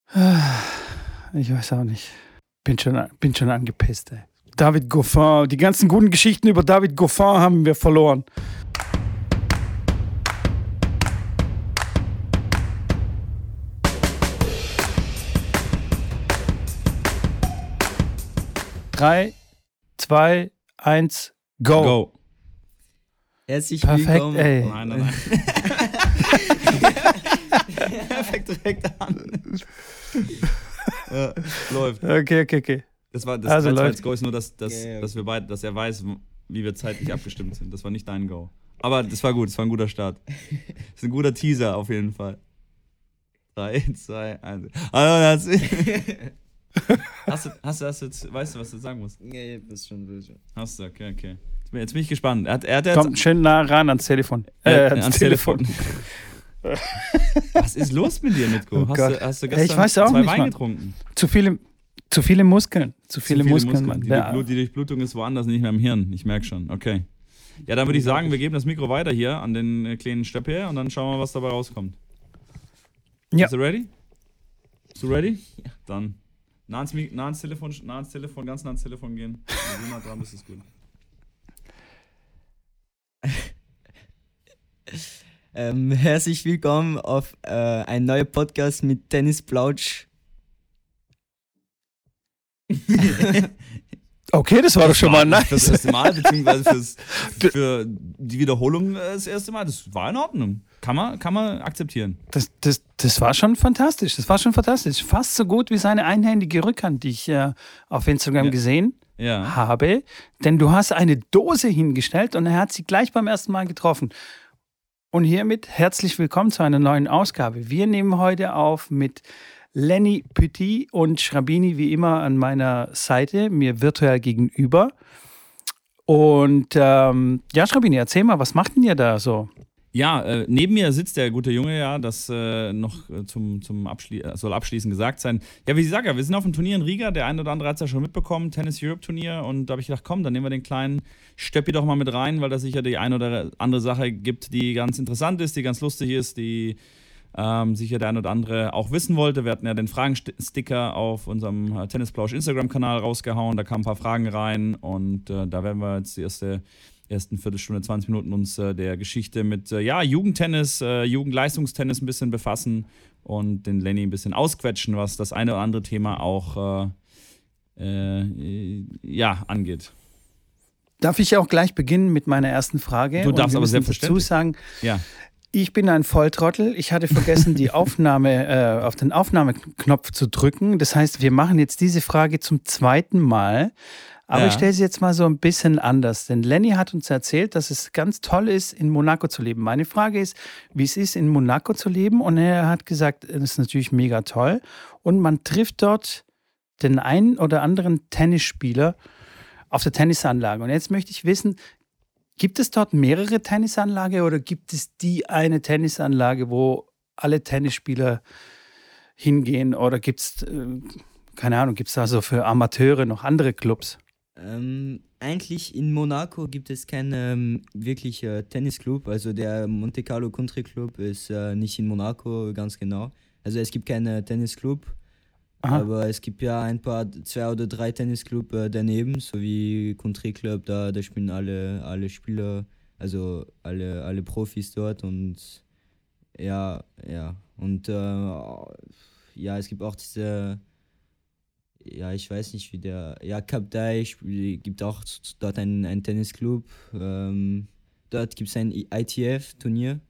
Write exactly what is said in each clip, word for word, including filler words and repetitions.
Ich weiß auch nicht. Bin schon, bin schon angepisst, ey. David Goffin, die ganzen guten Geschichten über David Goffin haben wir verloren. Drei, zwei, eins, go. Go. Herzlich Perfekt, willkommen. ey. Nein, nein, nein. Perfekt, direkt an. Ja, läuft. Okay, okay, okay. Das war das Also drei, zwei, läuft. eins Go ist nur, dass, dass, Ja, ja. dass wir beide, dass er weiß, wie wir zeitlich abgestimmt sind. Das war nicht dein Go. Aber das war gut, das war ein guter Start. Das ist ein guter Teaser auf jeden Fall. Drei, zwei, eins. Also, das hast du, hast du, hast du jetzt, weißt du, was du sagen musst? Ja, ja, das schon, das schon. Hast du, okay, okay. Jetzt bin, jetzt bin ich gespannt. Er hat, er hat jetzt, Kommt schön nah ran ans Telefon. Äh, äh, ans, ans Telefon. Telefon. Was ist los mit dir, Mitko? Oh hast, Gott. du, hast du Ja, gestern ich weiß auch zwei nicht, Wein Mann. getrunken? Zu viele, zu viele Muskeln. Zu viele, Muskeln, Mann. Die, Ja. Durchblut, die Durchblutung ist woanders, nicht mehr im Hirn. Ich merke schon. Okay. Ja, dann würde ich sagen, wir geben das Mikro weiter hier an den äh, kleinen Stöpp her und dann schauen wir, was dabei rauskommt. Ja. Bist du ready? Bist du ready? Ja. Dann nah ans, Mik- nah ans Telefon, nah ans Telefon, ganz nah ans Telefon gehen. Wenn du nah dran bist, ist gut. Ähm, herzlich willkommen auf äh, ein neuer Podcast mit Dennis Plautsch. Okay, das war doch schon mal Für das nice. erste Mal, beziehungsweise fürs, für die Wiederholung äh, das erste Mal. Das war in Ordnung. Kann man, kann man akzeptieren. Das, das, das war schon fantastisch. Das war schon fantastisch. Fast so gut wie seine einhändige Rückhand, die ich äh, auf Instagram Ja. gesehen Ja. habe. Denn du hast eine Dose hingestellt und er hat sie gleich beim ersten Mal getroffen. Und hiermit herzlich willkommen zu einer neuen Ausgabe. Wir nehmen heute auf mit Lenny Petit und Schrabini wie immer an meiner Seite, mir virtuell gegenüber. Und ähm, ja, Schrabini, erzähl mal, was macht denn ihr da so? Ja, äh, neben mir sitzt der gute Junge, ja, das äh, noch äh, zum, zum Abschli- äh, soll abschließend gesagt sein. Ja, wie ich sage, wir sind auf dem Turnier in Riga, der eine oder andere hat es ja schon mitbekommen, Tennis Europe Turnier, und da habe ich gedacht, komm, dann nehmen wir den kleinen Stöppi doch mal mit rein, weil das sicher die eine oder andere Sache gibt, die ganz interessant ist, die ganz lustig ist, die ähm, sicher der eine oder andere auch wissen wollte. Wir hatten ja den Fragensticker auf unserem äh, Tennisplausch Instagram-Kanal rausgehauen, da kamen ein paar Fragen rein und äh, da werden wir jetzt die erste ersten Viertelstunde, zwanzig Minuten uns äh, der Geschichte mit äh, ja, Jugendtennis, äh, Jugendleistungstennis ein bisschen befassen und den Lenny ein bisschen ausquetschen, was das eine oder andere Thema auch äh, äh, ja, angeht. Darf ich auch gleich beginnen mit meiner ersten Frage? Du darfst Und wir aber müssen selbstverständlich. dazu sagen, Ja. ich bin ein Volltrottel. Ich hatte vergessen, die Aufnahme, äh, auf den Aufnahmeknopf zu drücken. Das heißt, wir machen jetzt diese Frage zum zweiten Mal. Aber Ja. ich stelle sie jetzt mal so ein bisschen anders. Denn Lenny hat uns erzählt, dass es ganz toll ist, in Monaco zu leben. Meine Frage ist, wie es ist, in Monaco zu leben. Und er hat gesagt, es ist natürlich mega toll. Und man trifft dort den einen oder anderen Tennisspieler auf der Tennisanlage. Und jetzt möchte ich wissen, gibt es dort mehrere Tennisanlagen oder gibt es die eine Tennisanlage, wo alle Tennisspieler hingehen? Oder gibt es, äh, keine Ahnung, gibt es da so für Amateure noch andere Clubs? Ähm, eigentlich in Monaco gibt es keinen ähm, wirklich äh, Tennisclub. Also der Monte Carlo Country Club ist äh, nicht in Monaco, ganz genau. Also es gibt keinen Tennisclub. Aha. Aber es gibt ja ein paar, zwei oder drei Tennisclubs äh, daneben, so wie Country Club, da, da spielen alle, alle Spieler, also alle, alle Profis dort und ja, ja. Und äh, ja, es gibt auch diese, ja, ich weiß nicht wie der, ja, Cap Dai sp- gibt auch dort einen, einen Tennisclub. Ähm, dort gibt es ein I T F-Turnier.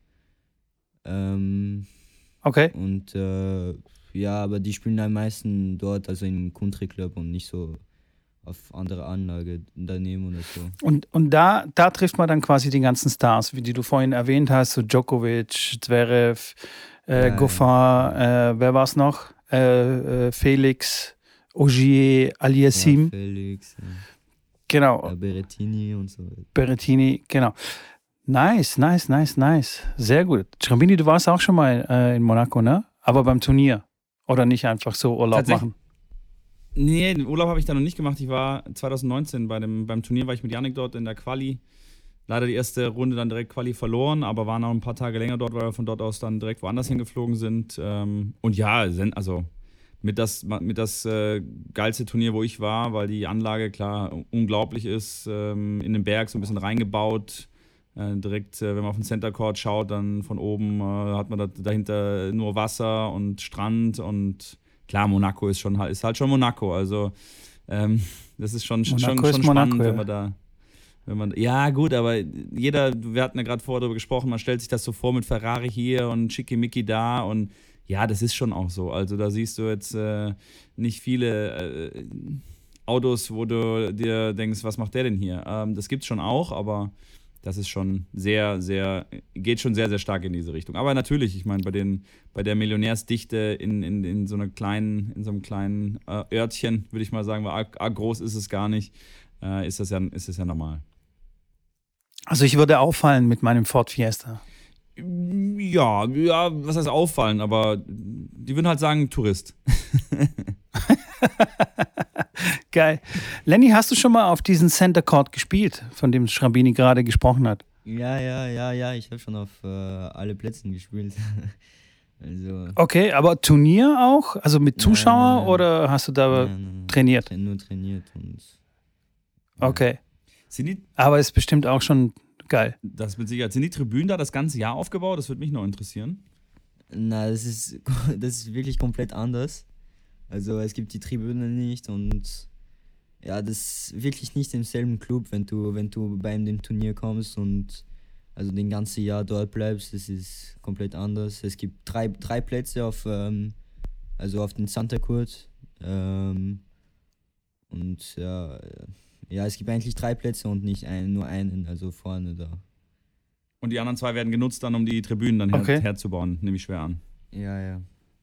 Ähm, Okay. und äh, ja, aber die spielen am meisten dort, also im Country Club und nicht so auf andere Anlage daneben oder so. Und, und da, da trifft man dann quasi die ganzen Stars, wie die du vorhin erwähnt hast, so Djokovic, Zverev, äh, Ja, Goffin, äh, wer war es noch? Äh, äh, Felix, Ogier, Aliassime, Ja, Felix, ja. genau, Ja, Berrettini und so. Berrettini, genau. Nice, nice, nice, nice. Sehr gut. Schrambini, du warst auch schon mal äh, in Monaco, ne? Aber beim Turnier. Oder nicht einfach so Urlaub Tatsächlich- machen? Nee, den Urlaub habe ich da noch nicht gemacht. Ich war zwanzig neunzehn bei dem, beim Turnier, war ich mit Yannick dort in der Quali. Leider die erste Runde dann direkt Quali verloren, aber waren auch ein paar Tage länger dort, weil wir von dort aus dann direkt woanders hingeflogen sind. Ähm, und ja, sind- also mit das, mit das äh, geilste Turnier, wo ich war, weil die Anlage, klar, unglaublich ist, ähm, in den Berg so ein bisschen reingebaut. Äh, direkt, äh, wenn man auf den Center Court schaut, dann von oben äh, hat man da, dahinter nur Wasser und Strand und klar, Monaco ist, schon, ist halt schon Monaco, also ähm, das ist schon, schon, schon spannend, Monaco, wenn man da Wenn man, ja, gut, aber jeder, wir hatten ja gerade vorher darüber gesprochen, man stellt sich das so vor mit Ferrari hier und Schickimicki da und ja, das ist schon auch so. Also da siehst du jetzt äh, nicht viele äh, Autos, wo du dir denkst, was macht der denn hier? Ähm, das gibt's schon auch, aber das ist schon sehr, sehr, geht schon sehr, sehr stark in diese Richtung. Aber natürlich, ich meine, bei den, bei der Millionärsdichte in, in, in so einer kleinen, in so einem kleinen äh, Örtchen, würde ich mal sagen, weil arg, arg groß ist es gar nicht, äh, ist das ja, ist das ja normal. Also ich würde auffallen mit meinem Ford Fiesta. Ja, ja, was heißt auffallen, aber die würden halt sagen, Tourist. Geil. Lenny, hast du schon mal auf diesen Center Court gespielt, von dem Schrambini gerade gesprochen hat? Ja, ja, ja, ja, ich habe schon auf äh, alle Plätzen gespielt. Also, okay, aber Turnier auch? Also mit Zuschauern nein, nein, nein. oder hast du da nein, nein, nein. trainiert? Nur trainiert. Und, ja. Okay. Sind die, aber ist bestimmt auch schon geil. Das mit Sicherheit. Sind die Tribünen da das ganze Jahr aufgebaut? Das würde mich noch interessieren. Na, das ist, das ist wirklich komplett anders. Also es gibt die Tribünen nicht und ja, das ist wirklich nicht im selben Club, wenn du, wenn du bei dem Turnier kommst und also den ganzen Jahr dort bleibst, das ist komplett anders. Es gibt drei, drei Plätze auf, ähm, also auf den Center Court ähm, und ja, ja, es gibt eigentlich drei Plätze und nicht ein, nur einen, also vorne da. Und die anderen zwei werden genutzt dann, um die Tribünen dann her, okay. herzubauen, nehme ich schwer an. Ja, ja.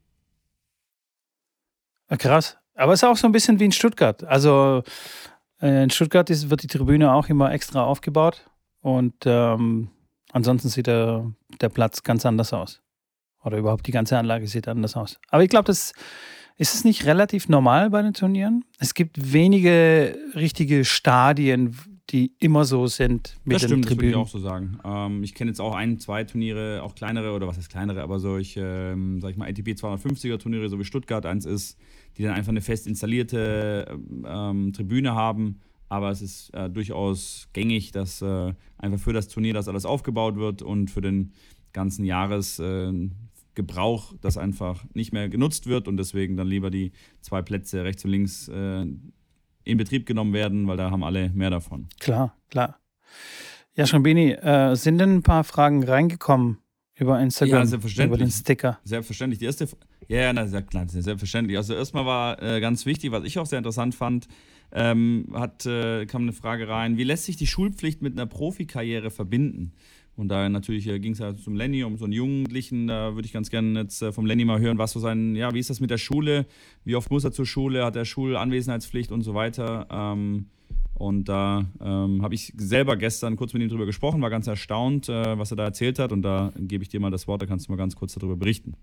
Krass. Aber es ist auch so ein bisschen wie in Stuttgart. Also äh, in Stuttgart ist, wird die Tribüne auch immer extra aufgebaut und ähm, ansonsten sieht der, der Platz ganz anders aus. Oder überhaupt die ganze Anlage sieht anders aus. Aber ich glaube, das ist es nicht relativ normal bei den Turnieren? Es gibt wenige richtige Stadien, die immer so sind mit das den stimmt, Tribünen. Das würde ich auch so sagen. Ähm, ich kenne jetzt auch ein, zwei Turniere, auch kleinere, oder was heißt kleinere, aber solche, ähm, sag ich mal, A T P zweihundertfünfziger Turniere, so wie Stuttgart eins ist, die dann einfach eine fest installierte ähm, Tribüne haben. Aber es ist äh, durchaus gängig, dass äh, einfach für das Turnier das alles aufgebaut wird und für den ganzen Jahres äh, Gebrauch, das einfach nicht mehr genutzt wird und deswegen dann lieber die zwei Plätze rechts und links äh, in Betrieb genommen werden, weil da haben alle mehr davon. Klar, klar. Ja, Schrambini, äh, sind denn ein paar Fragen reingekommen über Instagram, ja, selbstverständlich. über den Sticker? Selbstverständlich. Die erste, ja, ja, na, sehr klar, selbstverständlich. Also erstmal war äh, ganz wichtig, was ich auch sehr interessant fand, ähm, hat, äh, kam eine Frage rein, wie lässt sich die Schulpflicht mit einer Profikarriere verbinden? Und da natürlich äh, ging es ja zum Lenny, um so einen Jugendlichen, da würde ich ganz gerne jetzt äh, vom Lenny mal hören, was so sein, ja, wie ist das mit der Schule, wie oft muss er zur Schule, hat er Schulanwesenheitspflicht und so weiter. Ähm, und da ähm, habe ich selber gestern kurz mit ihm drüber gesprochen, war ganz erstaunt, äh, was er da erzählt hat und da gebe ich dir mal das Wort, da kannst du mal ganz kurz darüber berichten.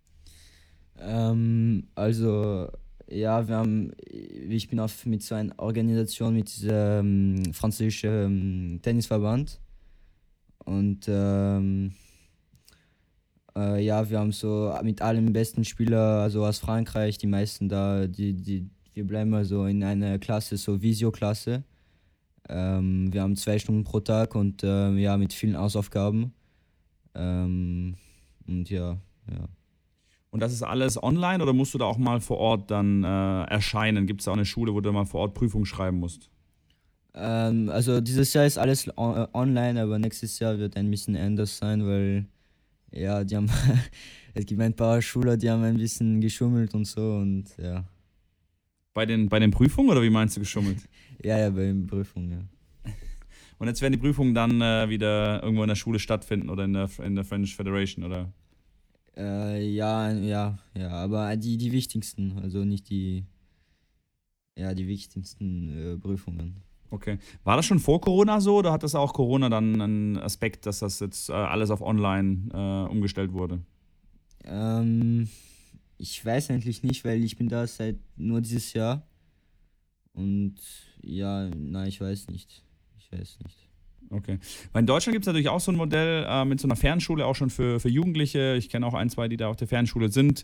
Ähm, also, ja, wir haben, ich bin auf, mit so einer Organisation, mit diesem ähm, französischen ähm, Tennisverband. Und ähm, äh, ja, wir haben so mit allen besten Spielern, also aus Frankreich, die meisten da, die, die, wir bleiben also in einer Klasse, so Visio-Klasse. Ähm, wir haben zwei Stunden pro Tag und äh, ja, mit vielen Hausaufgaben. Ähm, und ja, ja. Und das ist alles online oder musst du da auch mal vor Ort dann äh, erscheinen? Gibt es da auch eine Schule, wo du mal vor Ort Prüfungen schreiben musst? Ähm, also dieses Jahr ist alles on- online, aber nächstes Jahr wird ein bisschen anders sein, weil ja, die haben es gibt ein paar Schüler, die haben ein bisschen geschummelt und so und ja. Bei den, bei den Prüfungen oder wie meinst du geschummelt? ja, ja, bei den Prüfungen, ja. Und jetzt werden die Prüfungen dann äh, wieder irgendwo in der Schule stattfinden oder in der, in der French Federation, oder? Äh, ja, ja, ja, aber die, die wichtigsten, also nicht die, ja, die wichtigsten äh, Prüfungen. Okay. War das schon vor Corona so oder hat das auch Corona dann einen Aspekt, dass das jetzt äh, alles auf online äh, umgestellt wurde? Ähm, ich weiß eigentlich nicht, weil ich bin da seit nur dieses Jahr. Und ja, nein, ich weiß nicht. Ich weiß nicht. Okay. Weil in Deutschland gibt es natürlich auch so ein Modell äh, mit so einer Fernschule, auch schon für, für Jugendliche. Ich kenne auch ein, zwei, die da auf der Fernschule sind.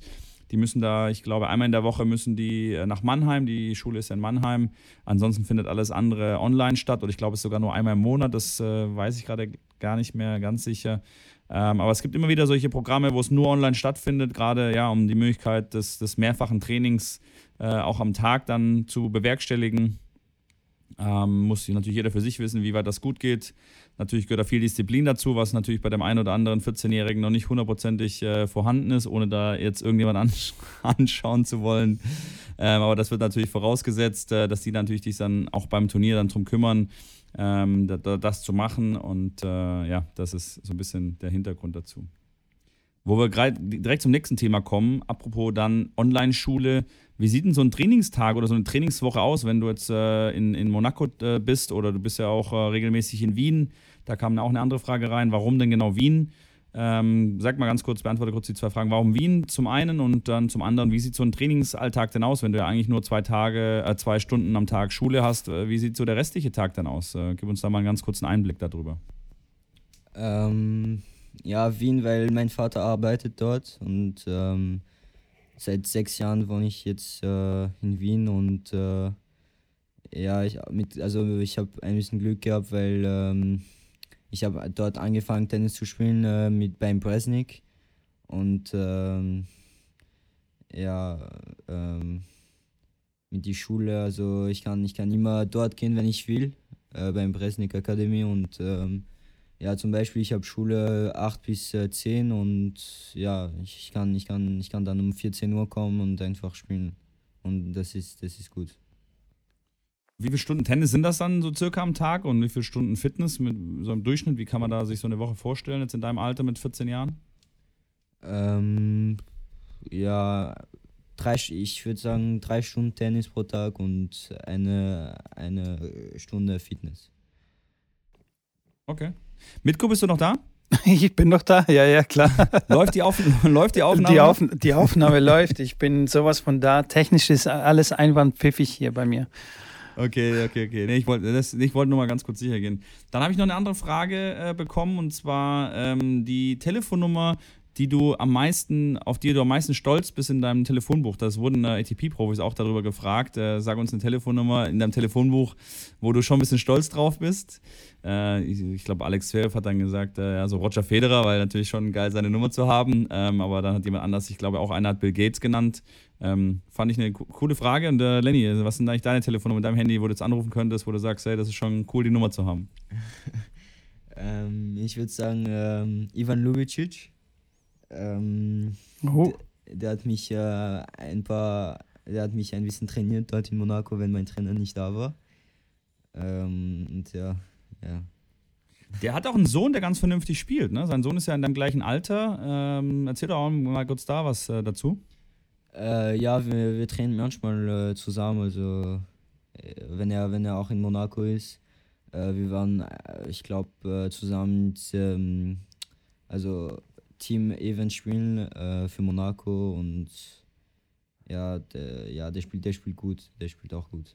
Die müssen da, ich glaube, einmal in der Woche müssen die äh, nach Mannheim. Die Schule ist in Mannheim. Ansonsten findet alles andere online statt. Oder ich glaube, es ist sogar nur einmal im Monat. Das äh, weiß ich gerade gar nicht mehr ganz sicher. Ähm, aber es gibt immer wieder solche Programme, wo es nur online stattfindet, gerade ja, um die Möglichkeit des, des mehrfachen Trainings äh, auch am Tag dann zu bewerkstelligen. Ähm, muss natürlich jeder für sich wissen, wie weit das gut geht. Natürlich gehört da viel Disziplin dazu, was natürlich bei dem einen oder anderen vierzehnjährigen noch nicht hundertprozentig äh, vorhanden ist, ohne da jetzt irgendjemand ansch- anschauen zu wollen. Ähm, aber das wird natürlich vorausgesetzt, äh, dass die natürlich sich dann auch beim Turnier dann drum kümmern, ähm, da, da, das zu machen. Und äh, ja, das ist so ein bisschen der Hintergrund dazu. Wo wir grad, direkt zum nächsten Thema kommen, apropos dann Online-Schule. Wie sieht denn so ein Trainingstag oder so eine Trainingswoche aus, wenn du jetzt äh, in, in Monaco äh, bist oder du bist ja auch äh, regelmäßig in Wien? Da kam auch eine andere Frage rein, warum denn genau Wien? Ähm, sag mal ganz kurz, beantworte kurz die zwei Fragen. Warum Wien zum einen und dann zum anderen, wie sieht so ein Trainingsalltag denn aus, wenn du ja eigentlich nur zwei Tage, äh, zwei Stunden am Tag Schule hast? Äh, wie sieht so der restliche Tag dann aus? Äh, gib uns da mal einen ganz kurzen Einblick darüber. Ähm, ja, Wien, weil mein Vater arbeitet dort und ähm, seit sechs Jahren wohne ich jetzt äh, in Wien und äh, ja, ich, mit, also ich habe ein bisschen Glück gehabt, weil ähm, ich habe dort angefangen Tennis zu spielen äh, mit beim Bresnik und ähm, ja, ähm, mit die Schule, also ich kann, ich kann immer dort gehen, wenn ich will, äh, beim Bresnik Akademie und ähm, ja, zum Beispiel, ich habe Schule acht bis zehn und ja, ich kann, ich, kann, ich kann dann um vierzehn Uhr kommen und einfach spielen. Und das ist, das ist gut. Wie viele Stunden Tennis sind das dann so circa am Tag und wie viele Stunden Fitness mit so einem Durchschnitt? Wie kann man da sich so eine Woche vorstellen, jetzt in deinem Alter mit vierzehn Jahren? Ähm, ja, drei, ich würde sagen drei Stunden Tennis pro Tag und eine, eine Stunde Fitness. Okay. Mitko, bist du noch da? Ich bin noch da, ja, ja, klar. Läuft die, Auf- läuft die Aufnahme? Die, Auf die Aufnahme läuft. Ich bin sowas von da. Technisch ist alles einwandpfiffig hier bei mir. Okay, okay, okay. Nee, ich wollte wollt nur mal ganz kurz sicher gehen. Dann habe ich noch eine andere Frage äh, bekommen und zwar ähm, die Telefonnummer, die du am meisten, auf die du am meisten stolz bist in deinem Telefonbuch. Das wurden äh, A T P-Profis auch darüber gefragt. Äh, sag uns eine Telefonnummer in deinem Telefonbuch, wo du schon ein bisschen stolz drauf bist. Äh, ich ich glaube, Alex Zverev hat dann gesagt, äh, ja, so Roger Federer, weil natürlich schon geil, seine Nummer zu haben. Ähm, aber dann hat jemand anders, ich glaube auch einer hat Bill Gates genannt. Ähm, fand ich eine co- coole Frage. Und äh, Lenny, was sind eigentlich deine Telefonnummer mit deinem Handy, wo du jetzt anrufen könntest, wo du sagst, hey, das ist schon cool, die Nummer zu haben? ähm, ich würde sagen, ähm, Ivan Ljubicic. Ähm, Oh. der, der hat mich äh, ein paar, der hat mich ein bisschen trainiert dort in Monaco, wenn mein Trainer nicht da war. Ähm, und ja, ja. Der hat auch einen Sohn, der ganz vernünftig spielt. Ne? Sein Sohn ist ja in deinem gleichen Alter. Ähm, erzähl doch auch mal kurz da was äh, dazu. Äh, ja, wir, wir trainieren manchmal äh, zusammen, also äh, wenn er, wenn er auch in Monaco ist. Äh, wir waren, äh, ich glaube, äh, zusammen mit, ähm, also Team-Event spielen äh, für Monaco und ja, der, ja der, spielt, der spielt gut, der spielt auch gut.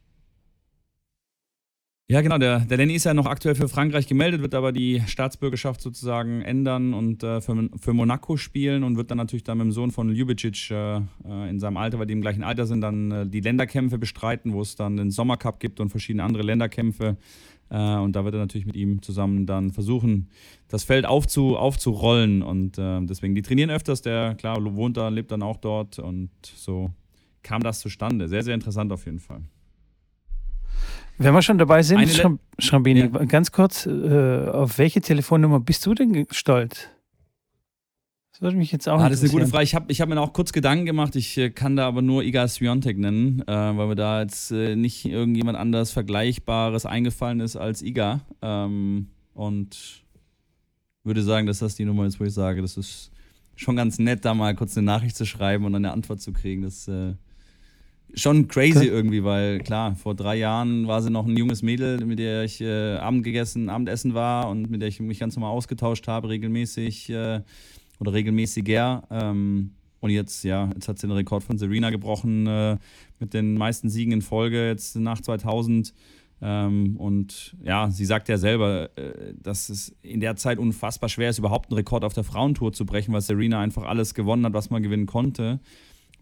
Ja, genau. Der, der Lenny ist ja noch aktuell für Frankreich gemeldet, wird aber die Staatsbürgerschaft sozusagen ändern und äh, für, für Monaco spielen und wird dann natürlich dann mit dem Sohn von Ljubicic äh, in seinem Alter, weil die im gleichen Alter sind, dann äh, die Länderkämpfe bestreiten, wo es dann den Sommercup gibt und verschiedene andere Länderkämpfe. Äh, und da wird er natürlich mit ihm zusammen dann versuchen, das Feld aufzu, aufzurollen. Und äh, deswegen, die trainieren öfters. Der, klar, wohnt da, lebt dann auch dort. Und so kam das zustande. Sehr, sehr interessant auf jeden Fall. Wenn wir schon dabei sind, Eine Le- Schram- Schrambini, Ja. ganz kurz, äh, auf welche Telefonnummer bist du denn ge- stolz? Das würde mich jetzt auch Ah, das ist eine gute interessieren. Frage. Ich habe ich hab mir auch kurz Gedanken gemacht. Ich äh, kann da aber nur Iga Swiatek nennen, äh, weil mir da jetzt äh, nicht irgendjemand anders Vergleichbares eingefallen ist als Iga. Ähm, und würde sagen, dass das die Nummer ist, wo ich sage, das ist schon ganz nett, da mal kurz eine Nachricht zu schreiben und dann eine Antwort zu kriegen. Das ist äh, schon crazy Okay. irgendwie, weil klar, vor drei Jahren war sie noch ein junges Mädel, mit der ich äh, Abend gegessen, Abendessen war und mit der ich mich ganz normal ausgetauscht habe, regelmäßig äh, oder regelmäßiger. Ähm, und jetzt, ja, jetzt hat sie den Rekord von Serena gebrochen äh, mit den meisten Siegen in Folge jetzt nach zweitausend. Ähm, und ja, sie sagt ja selber, äh, dass es in der Zeit unfassbar schwer ist, überhaupt einen Rekord auf der Frauentour zu brechen, weil Serena einfach alles gewonnen hat, was man gewinnen konnte.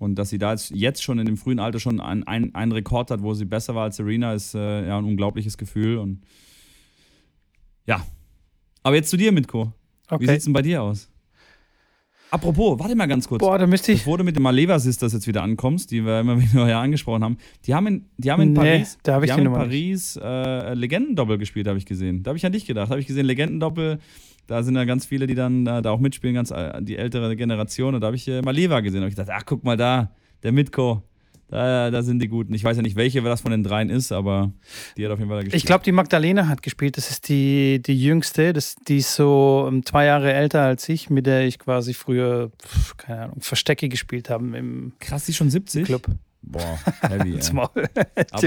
Und dass sie da jetzt, jetzt schon in dem frühen Alter schon einen, einen, einen Rekord hat, wo sie besser war als Serena, ist äh, ja ein unglaubliches Gefühl. Und ja. Aber jetzt zu dir, Mitko. Okay. Wie sieht's denn bei dir aus? Apropos, warte mal ganz kurz. Boah, da müsste ich. Bevor du mit den Maleva Sisters jetzt wieder ankommst, die wir immer wieder ja angesprochen haben, die haben in, die haben in Nee, Paris, da hab ich die die haben in Nummer Paris äh, Legendendoppel gespielt, habe ich gesehen. Da habe ich an dich gedacht. Da habe ich gesehen, Legendendoppel, da sind ja ganz viele, die dann äh, da auch mitspielen, ganz äh, die ältere Generation. Und da habe ich äh, Maleva gesehen. Da habe ich gedacht, ach, guck mal da, der Mitko. Da, da sind die Guten. Ich weiß ja nicht, welche das von den dreien ist, aber die hat auf jeden Fall da gespielt. Ich glaube, die Magdalena hat gespielt. Das ist die, die jüngste. Das, die ist so um, zwei Jahre älter als ich, mit der ich quasi früher, pf, keine Ahnung, Verstecke gespielt habe im Krass, die ist schon siebzig? Club. Boah, heavy, Ins ey. Maul. Aber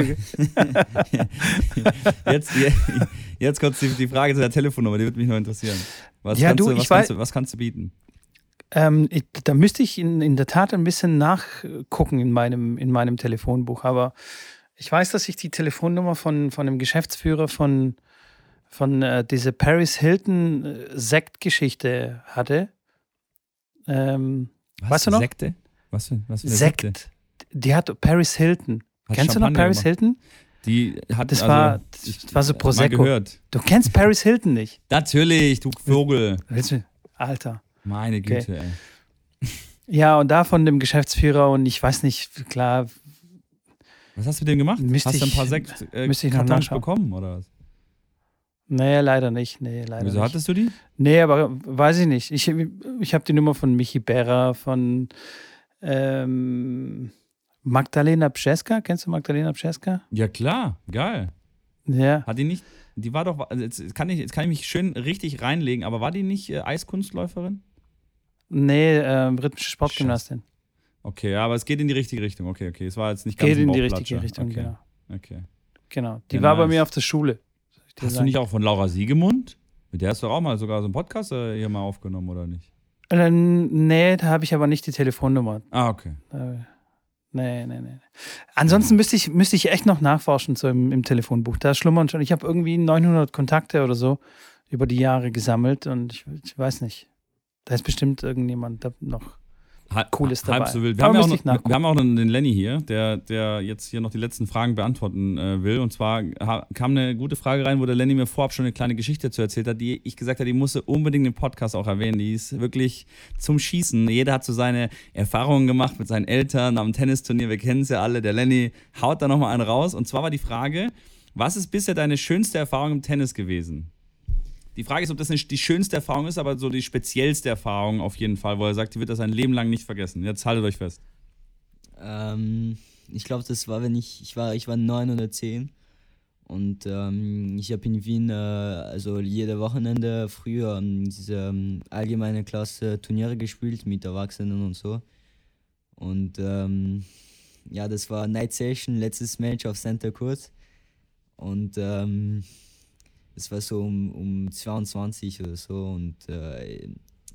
jetzt, jetzt kommt die, die Frage zu der Telefonnummer, die würde mich noch interessieren. Was, Ja, kannst, du, du, ich was, kannst, weiß- du, was kannst du bieten? Ähm, ich, da müsste ich in, in der Tat ein bisschen nachgucken in meinem, in meinem Telefonbuch. Aber ich weiß, dass ich die Telefonnummer von, von dem Geschäftsführer von, von äh, dieser Paris Hilton äh, Sektgeschichte hatte. Ähm, Was? Weißt du noch? Sekte? Was für, was für eine Sekt. Sekte? Die hat Paris Hilton. Hat Kennst du noch Champagner Paris gemacht. Hilton? Die hat, Das also, war- ich- das war so mal Prosecco. gehört. Du kennst Paris Hilton nicht. Natürlich, du Vogel. Willst du? Alter. Meine Okay. Güte, ey. Ja, und da von dem Geschäftsführer und ich weiß nicht, klar, Was hast du mit dem gemacht? Müsste hast du ein ich- paar Sekt äh, müsste ich noch Kartons nachschauen. bekommen, oder was? nee, leider nicht. Nee, leider Wieso nicht. hattest du die? Nee, aber weiß ich nicht. Ich, ich habe die Nummer von Michi Berra, von ähm, Magdalena Pscheska. Kennst du Magdalena Pscheska? Ja, klar, geil. Ja. Hat die nicht, die war doch, also jetzt kann ich, jetzt kann ich mich schön richtig reinlegen, aber war die nicht äh, Eiskunstläuferin? Nee, ähm, rhythmische Sportgymnastin. Okay, ja, aber es geht in die richtige Richtung. Okay, okay. Es war jetzt nicht ganz Geht ein in die Bauchklatscher. richtige Richtung, okay. genau. Okay. genau. Die Ja, war bei nice. mir auf der Schule. soll ich dir Hast du sagen. nicht auch von Laura Siegemund? Mit der hast du doch auch mal sogar so einen Podcast äh, hier mal aufgenommen, oder nicht? Äh, nee, da habe ich aber nicht die Telefonnummer. Ah, okay. Äh, Nee, nee, nee. Ansonsten müsste ich, müsste ich echt noch nachforschen so im, im Telefonbuch. Da schlummern schon. Ich habe irgendwie neunhundert Kontakte oder so über die Jahre gesammelt und ich, ich weiß nicht. Da ist bestimmt irgendjemand da noch. Halb, Cooles halb dabei. so wild. Wir Aber haben, ja auch müsste ich noch, nachgucken. wir haben auch noch den Lenny hier, der, der jetzt hier noch die letzten Fragen beantworten äh, will. Und zwar ha, kam eine gute Frage rein, wo der Lenny mir vorab schon eine kleine Geschichte dazu erzählt hat, die ich gesagt habe, die musste unbedingt im Podcast auch erwähnen. Die ist wirklich zum Schießen. Jeder hat so seine Erfahrungen gemacht mit seinen Eltern am Tennisturnier. Wir kennen es ja alle. Der Lenny haut da nochmal einen raus. Und zwar war die Frage, was ist bisher deine schönste Erfahrung im Tennis gewesen? Die Frage ist, ob das nicht die schönste Erfahrung ist, aber so die speziellste Erfahrung auf jeden Fall, wo er sagt, die wird das sein Leben lang nicht vergessen. Jetzt haltet euch fest. Ähm, ich glaube, das war, wenn ich, ich war, ich war neun oder zehn und ähm, ich habe in Wien, äh, also jede Wochenende früher ähm, diese ähm, allgemeine Klasse Turniere gespielt mit Erwachsenen und so. Und ähm, ja, das war Night Session, letztes Match auf Center Court und ähm, es war so um, um zweiundzwanzig oder so und äh,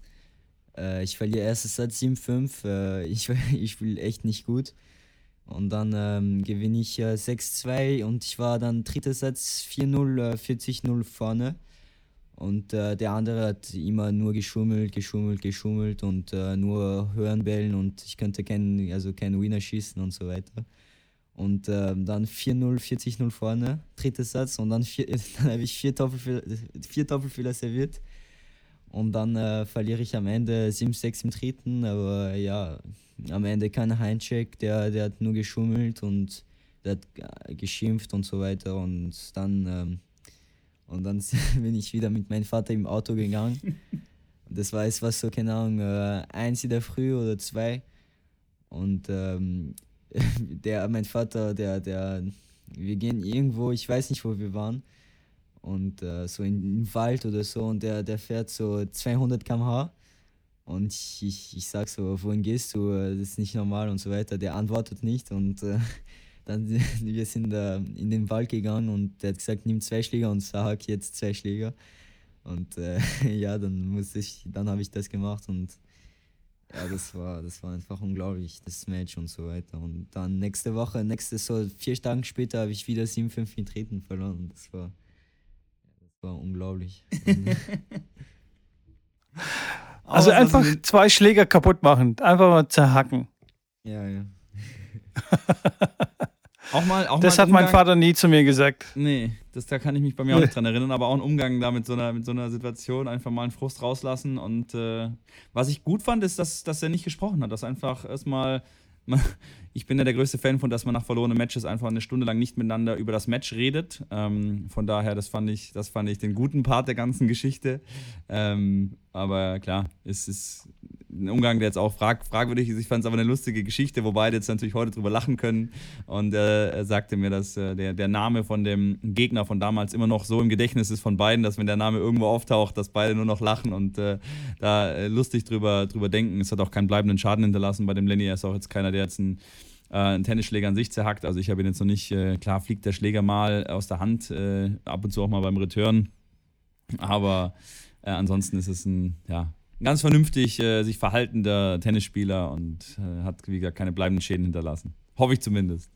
äh, ich verliere erstes Satz sieben fünf, äh, ich, ich spiele echt nicht gut. Und dann ähm, gewinne ich äh, sechs zwei und ich war dann dritter Satz vier null, äh, vierzig null vorne. Und äh, der andere hat immer nur geschummelt, geschummelt, geschummelt und äh, nur höheren Bällen und ich könnte keinen, also keinen Winner schießen und so weiter. Und ähm, dann vier null, vierzig null vorne, dritter Satz und dann, vier, dann habe ich vier Doppelfehler, vier Doppelfehler serviert. Und dann äh, verliere ich am Ende sieben sechs im dritten, aber ja, am Ende kein Handcheck, der, der hat nur geschummelt und der hat äh, geschimpft und so weiter. Und dann, ähm, und dann bin ich wieder mit meinem Vater im Auto gegangen. Das war, es war so, keine Ahnung, äh, eins in der Früh oder zwei. Und ähm, der, mein Vater, der, der, wir gehen irgendwo, ich weiß nicht, wo wir waren, und äh, so in, im Wald oder so, und der, der fährt so zweihundert Kilometer pro Stunde und ich, ich, ich sag so, wohin gehst du, das ist nicht normal und so weiter, der antwortet nicht und äh, dann wir sind äh, in den Wald gegangen und der hat gesagt, nimm zwei Schläger und sag jetzt zwei Schläger und äh, ja, dann musste ich, dann habe ich das gemacht und ja, das war, das war einfach unglaublich, das Match und so weiter. Und dann nächste Woche, nächste so vier Tage später habe ich wieder sieben fünf mit Dritten verloren. Und das war, das war unglaublich. Also Aber einfach was- zwei Schläger kaputt machen, einfach mal zerhacken. Ja, ja. Auch mal, auch Das mal hat ein mein Umgang, Vater nie zu mir gesagt. Nee, das, da kann ich mich bei mir auch nicht dran erinnern, aber auch ein Umgang da mit so einer, mit so einer Situation, einfach mal einen Frust rauslassen. Und äh, was ich gut fand, ist, dass, dass er nicht gesprochen hat, dass einfach erstmal, ich bin ja der größte Fan von, dass man nach verlorenen Matches einfach eine Stunde lang nicht miteinander über das Match redet. Ähm, von daher, das fand ich, das fand ich den guten Part der ganzen Geschichte. Ähm, aber klar, es ist ein Umgang, der jetzt auch frag, fragwürdig ist. Ich fand es aber eine lustige Geschichte, wo beide jetzt natürlich heute drüber lachen können. Und äh, er sagte mir, dass äh, der, der Name von dem Gegner von damals immer noch so im Gedächtnis ist von beiden, dass wenn der Name irgendwo auftaucht, dass beide nur noch lachen und äh, da äh, lustig drüber, drüber denken. Es hat auch keinen bleibenden Schaden hinterlassen bei dem Lenny. Er ist auch jetzt keiner, der jetzt einen, äh, einen Tennisschläger an sich zerhackt. Also ich habe ihn jetzt noch nicht, äh, klar fliegt der Schläger mal aus der Hand, äh, ab und zu auch mal beim Return. Aber äh, ansonsten ist es ein, ja, ganz vernünftig äh, sich verhaltender Tennisspieler und äh, hat, wie gesagt, keine bleibenden Schäden hinterlassen. Hoffe ich zumindest.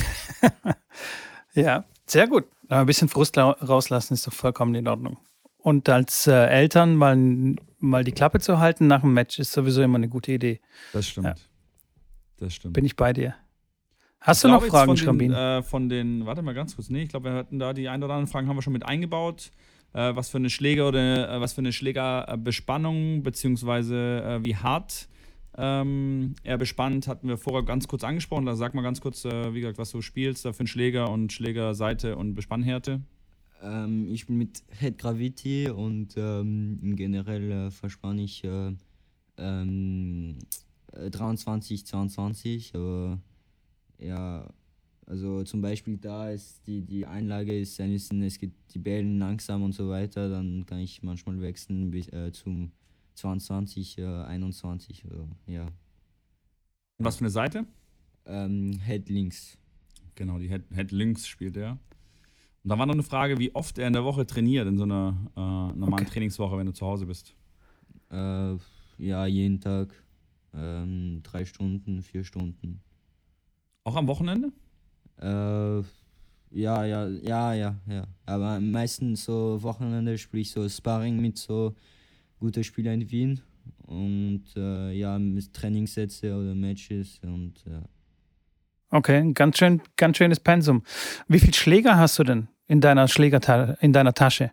Ja, sehr gut. Aber ein bisschen Frust lau- rauslassen ist doch vollkommen in Ordnung. Und als äh, Eltern mal, mal die Klappe zu halten nach dem Match ist sowieso immer eine gute Idee. Das stimmt. Ja. Das stimmt. Bin ich bei dir. Hast Ich du noch glaube jetzt Fragen, von den, Schrambin? äh, von den, warte mal ganz kurz, nee, ich glaube, wir hatten da die ein oder anderen Fragen haben wir schon mit eingebaut. Äh, was für eine Schläger oder äh, was für eine Schlägerbespannung, beziehungsweise äh, wie hart ähm, er bespannt, hatten wir vorher ganz kurz angesprochen. Da sag mal ganz kurz, äh, wie gesagt, was du spielst da für einen Schläger und Schlägerseite und Bespannhärte. Ähm, ich bin mit Head Gravity und ähm, generell äh, verspanne ich äh, ähm, äh, dreiundzwanzig, zweiundzwanzig, aber ja, also zum Beispiel da ist die, die Einlage ist ein bisschen, es geht die Bällen langsam und so weiter, dann kann ich manchmal wechseln bis äh, zum zweiundzwanzig, äh, einundzwanzig, äh, ja. Und was für eine Seite? Ähm, Head links. Genau, die Head, Head links spielt er. Und da war noch eine Frage, wie oft er in der Woche trainiert, in so einer äh, normalen Okay. Trainingswoche, wenn du zu Hause bist. Äh, ja, jeden Tag ähm, drei Stunden, vier Stunden. Auch am Wochenende? Äh, ja, ja, ja, ja, ja. Aber meistens so Wochenende spiele ich so Sparring mit so guten Spielern in Wien. Und äh, ja, mit Trainingssätze oder Matches und ja. Okay, ein ganz schön, ganz schönes Pensum. Wie viele Schläger hast du denn in deiner Schlägerta- in deiner Tasche?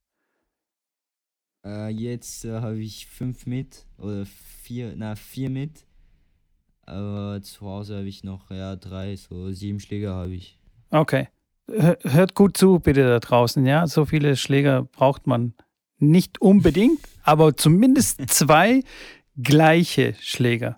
Äh, jetzt äh, habe ich fünf mit oder vier, na vier mit. Aber zu Hause habe ich noch ja drei, so sieben Schläger habe ich. Okay. Hör- Hört gut zu, bitte da draußen, ja. So viele Schläger braucht man nicht unbedingt, aber zumindest zwei gleiche Schläger.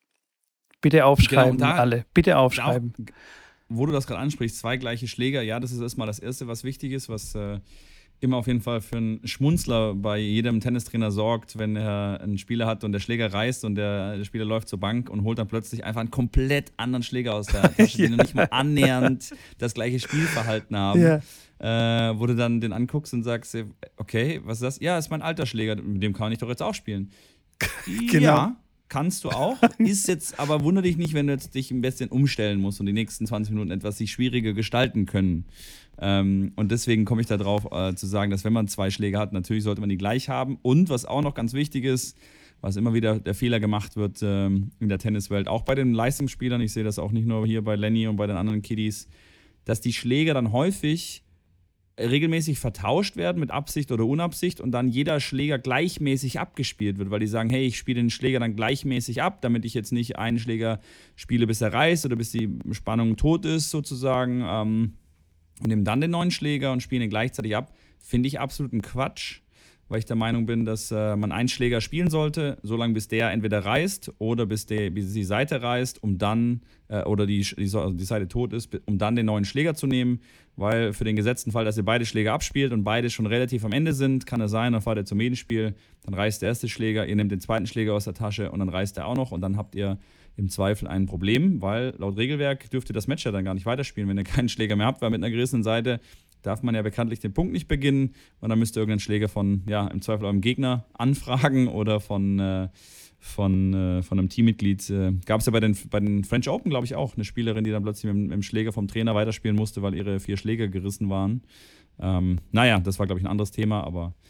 Bitte aufschreiben, Genau, und da- alle. Bitte Da auch, aufschreiben. wo du das gerade ansprichst, zwei gleiche Schläger, ja, das ist erstmal das Erste, was wichtig ist, was äh, immer auf jeden Fall für einen Schmunzler bei jedem Tennistrainer sorgt, wenn er einen Spieler hat und der Schläger reißt und der, der Spieler läuft zur Bank und holt dann plötzlich einfach einen komplett anderen Schläger aus der Tasche, die noch nicht mal annähernd das gleiche Spielverhalten haben. Ja. Äh, wo du dann den anguckst und sagst, okay, was ist das? Ja, ist mein alter Schläger, mit dem kann ich doch jetzt auch spielen. Genau. Ja, kannst du auch. Ist jetzt, aber wundere dich nicht, wenn du jetzt dich ein bisschen umstellen musst und die nächsten zwanzig Minuten etwas sich schwieriger gestalten können. Ähm, und deswegen komme ich da drauf äh, zu sagen, dass wenn man zwei Schläge hat, natürlich sollte man die gleich haben. Und was auch noch ganz wichtig ist, was immer wieder der Fehler gemacht wird ähm, in der Tenniswelt, auch bei den Leistungsspielern, ich sehe das auch nicht nur hier bei Lenny und bei den anderen Kiddies, dass die Schläger dann häufig regelmäßig vertauscht werden mit Absicht oder Unabsicht und dann jeder Schläger gleichmäßig abgespielt wird, weil die sagen, hey, ich spiele den Schläger dann gleichmäßig ab, damit ich jetzt nicht einen Schläger spiele, bis er reißt oder bis die Spannung tot ist sozusagen ähm, und nehmen dann den neuen Schläger und spielen ihn gleichzeitig ab, finde ich absoluten Quatsch, weil ich der Meinung bin, dass äh, man einen Schläger spielen sollte, solange bis der entweder reißt oder bis, der, bis die Seite reißt, um dann, äh, oder die, die, also die Seite tot ist, um dann den neuen Schläger zu nehmen, weil für den gesetzten Fall, dass ihr beide Schläger abspielt und beide schon relativ am Ende sind, kann es sein, dann fahrt ihr zum Medenspiel, dann reißt der erste Schläger, ihr nehmt den zweiten Schläger aus der Tasche und dann reißt er auch noch und dann habt ihr im Zweifel ein Problem, weil laut Regelwerk dürft ihr das Match ja dann gar nicht weiterspielen, wenn ihr keinen Schläger mehr habt, weil mit einer gerissenen Seite darf man ja bekanntlich den Punkt nicht beginnen und dann müsst ihr irgendeinen Schläger von, ja, im Zweifel eurem Gegner anfragen oder von, äh, von, äh, von einem Teammitglied. Äh, Gab es ja bei den, bei den French Open, glaube ich, auch eine Spielerin, die dann plötzlich mit, mit dem Schläger vom Trainer weiterspielen musste, weil ihre vier Schläger gerissen waren. Ähm, naja, das war, glaube ich, ein anderes Thema, aber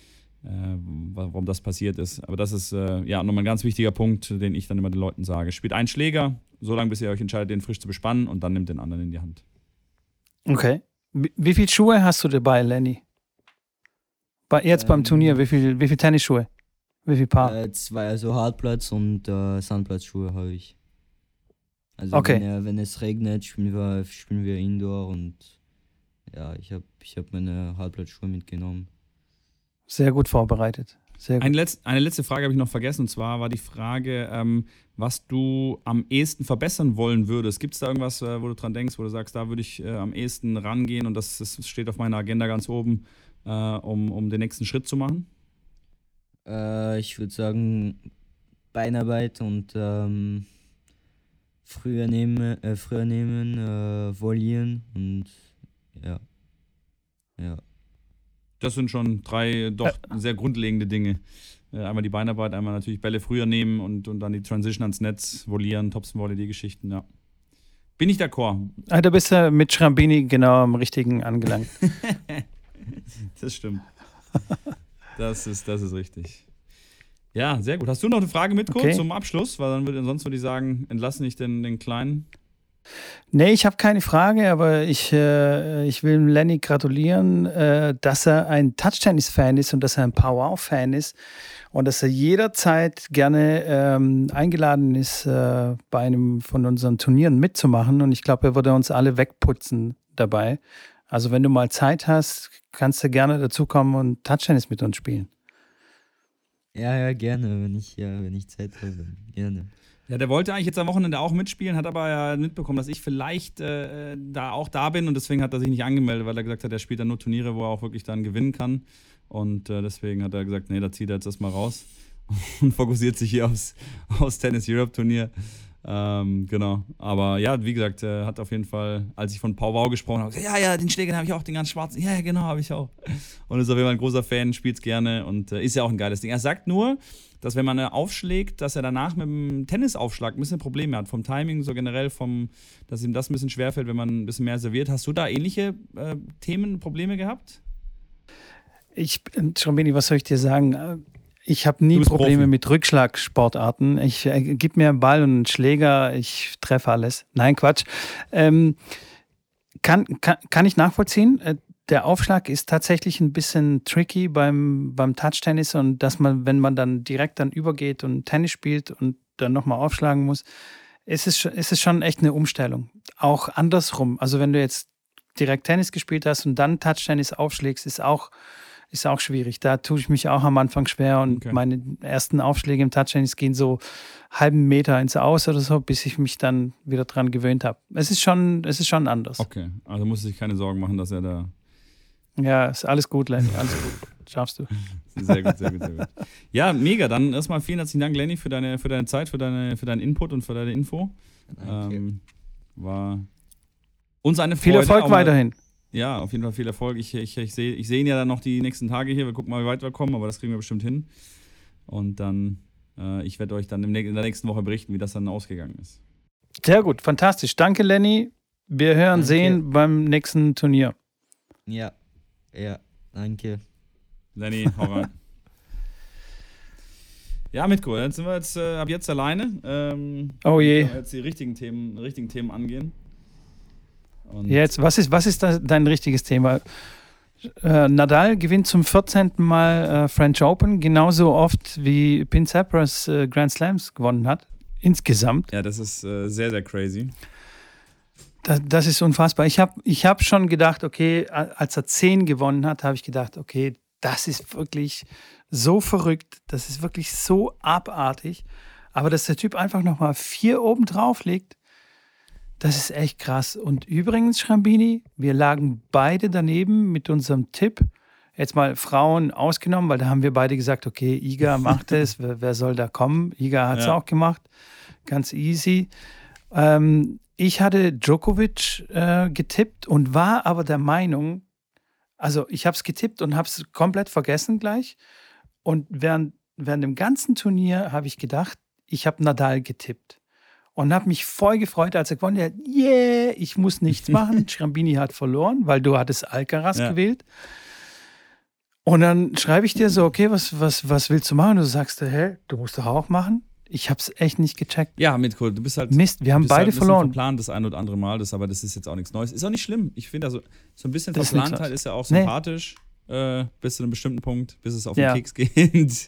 äh, warum das passiert ist. Aber das ist äh, ja nochmal ein ganz wichtiger Punkt, den ich dann immer den Leuten sage. Spielt einen Schläger, so lange bis ihr euch entscheidet, den frisch zu bespannen und dann nimmt den anderen in die Hand. Okay. Wie, wie viele Schuhe hast du dabei, Lenny? Bei, jetzt ähm, beim Turnier, wie viele wie viel Tennisschuhe? Wie viel Paar? Äh, zwei, also Hartplatz und äh, Sandplatzschuhe habe ich. Also okay. wenn, äh, wenn es regnet, spielen wir, spielen wir Indoor und ja, ich habe ich hab meine Hartplatzschuhe mitgenommen. Sehr gut vorbereitet. Sehr gut. Eine, Letz-, eine letzte Frage habe ich noch vergessen, und zwar war die Frage, ähm, was du am ehesten verbessern wollen würdest. Gibt es da irgendwas, äh, wo du dran denkst, wo du sagst, da würde ich äh, am ehesten rangehen und das, das steht auf meiner Agenda ganz oben, äh, um, um den nächsten Schritt zu machen? Äh, ich würde sagen Beinarbeit und ähm, früher nehmen, äh, früher nehmen, äh, volieren und ja, ja. Das sind schon drei doch sehr grundlegende Dinge. Einmal die Beinarbeit, einmal natürlich Bälle früher nehmen und, und dann die Transition ans Netz, volieren, Topspin-Volley, die Geschichten, ja. Bin ich d'accord. Ah, da bist du mit Schrambini genau am richtigen angelangt. Das stimmt. Das ist, das ist richtig. Ja, sehr gut. Hast du noch eine Frage mit, Kurt, okay, zum Abschluss? Weil dann würde, sonst würde ich sagen, entlasse ich den, den Kleinen. Nee, ich habe keine Frage, aber ich, äh, ich will Lenny gratulieren, äh, dass er ein Touch-Tennis-Fan ist und dass er ein Power-Fan ist und dass er jederzeit gerne ähm, eingeladen ist, äh, bei einem von unseren Turnieren mitzumachen. Und ich glaube, er würde uns alle wegputzen dabei. Also wenn du mal Zeit hast, kannst du gerne dazukommen und Touch-Tennis mit uns spielen. Ja, ja, gerne, wenn ich, ja, wenn ich Zeit habe, gerne. Ja, der wollte eigentlich jetzt am Wochenende auch mitspielen, hat aber ja mitbekommen, dass ich vielleicht äh, da auch da bin und deswegen hat er sich nicht angemeldet, weil er gesagt hat, er spielt dann nur Turniere, wo er auch wirklich dann gewinnen kann und äh, deswegen hat er gesagt, nee, da zieht er jetzt erstmal raus und fokussiert sich hier aufs, aufs Tennis Europe Turnier. Ähm, genau, aber ja, wie gesagt, er hat auf jeden Fall, als ich von Pau Wow gesprochen habe, gesagt, ja, ja, den Schläger habe ich auch, den ganz schwarzen, ja, ja, genau, habe ich auch. Und ist auf jeden Fall ein großer Fan, spielt es gerne und äh, ist ja auch ein geiles Ding. Er sagt nur, dass wenn man aufschlägt, dass er danach mit dem Tennisaufschlag ein bisschen Probleme hat, vom Timing, so generell, vom, dass ihm das ein bisschen schwerfällt, wenn man ein bisschen mehr serviert. Hast du da ähnliche äh, Themen, Probleme gehabt? Ich, Schrambini, was soll ich dir sagen? Ich habe nie Probleme Profi. mit Rückschlagsportarten. Ich äh, gib mir einen Ball und einen Schläger, ich treffe alles. Nein, Quatsch. Ähm, kann, kann, kann ich nachvollziehen. Äh, Der Aufschlag ist tatsächlich ein bisschen tricky beim, beim Touch-Tennis und dass man, wenn man dann direkt dann übergeht und Tennis spielt und dann nochmal aufschlagen muss, ist es, ist es schon echt eine Umstellung. Auch andersrum. Also wenn du jetzt direkt Tennis gespielt hast und dann Touch-Tennis aufschlägst, ist auch, ist auch schwierig. Da tue ich mich auch am Anfang schwer und okay. meine ersten Aufschläge im Touch-Tennis gehen so halben Meter ins Aus oder so, bis ich mich dann wieder dran gewöhnt habe. Es ist schon, es ist schon anders. Okay, also musst du sich keine Sorgen machen, dass er da... Ja, ist alles gut, Lenny, alles gut. Schaffst du. Sehr gut, sehr gut, sehr gut. Ja, mega. Dann erstmal vielen herzlichen Dank, Lenny, für deine, für deine Zeit, für, deine, für deinen Input und für deine Info. Ähm, war uns eine Freude. Viel Erfolg weiterhin. Ja, auf jeden Fall viel Erfolg. Ich, ich, ich sehe ich seh ihn ja dann noch die nächsten Tage hier. Wir gucken mal, wie weit wir kommen, aber das kriegen wir bestimmt hin. Und dann, äh, ich werde euch dann in der nächsten Woche berichten, wie das dann ausgegangen ist. Sehr gut, fantastisch. Danke, Lenny. Wir hören, Danke. sehen beim nächsten Turnier. Ja. Ja, danke. Lenny, hau rein. Ja, Mitko, jetzt sind wir jetzt äh, ab jetzt alleine. Ähm, oh je. Wir jetzt die richtigen Themen, richtigen Themen angehen. Und jetzt, was ist, was ist das, dein richtiges Thema? Äh, Nadal gewinnt zum vierzehnten Mal äh, French Open, genauso oft wie Pin Sampras äh, Grand Slams gewonnen hat, insgesamt. Ja, das ist äh, sehr, sehr crazy. Das, das ist unfassbar. Ich habe ich hab schon gedacht, okay, als er zehn gewonnen hat, habe ich gedacht, okay, das ist wirklich so verrückt, das ist wirklich so abartig. Aber dass der Typ einfach nochmal vier oben drauf legt, das ist echt krass. Und übrigens, Schrambini, wir lagen beide daneben mit unserem Tipp. Jetzt mal Frauen ausgenommen, weil da haben wir beide gesagt, okay, Iga macht es, wer, wer soll da kommen? Iga hat es ja auch gemacht, ganz easy. Ähm, Ich hatte Djokovic äh, getippt und war aber der Meinung, also ich habe es getippt und habe es komplett vergessen gleich. Und während, während dem ganzen Turnier habe ich gedacht, ich habe Nadal getippt. Und habe mich voll gefreut, als er gewonnen hat. Yeah, ich muss nichts machen. Schrambini hat verloren, weil du hattest Alcaraz ja. gewählt. Und dann schreibe ich dir so, okay, was, was, was willst du machen? Und du sagst, hä, du musst doch auch machen. Ich habe es echt nicht gecheckt. Ja, Mitko, du bist halt. Mist, wir haben bist beide halt ein bisschen verloren. verplant das ein oder andere Mal, das, aber das ist jetzt auch nichts Neues. Ist auch nicht schlimm. Ich finde, also so ein bisschen Das ist nichts Verplantheit Neues. ist ja auch Nee. sympathisch, äh, bis zu einem bestimmten Punkt, bis es auf den Ja. Keks geht.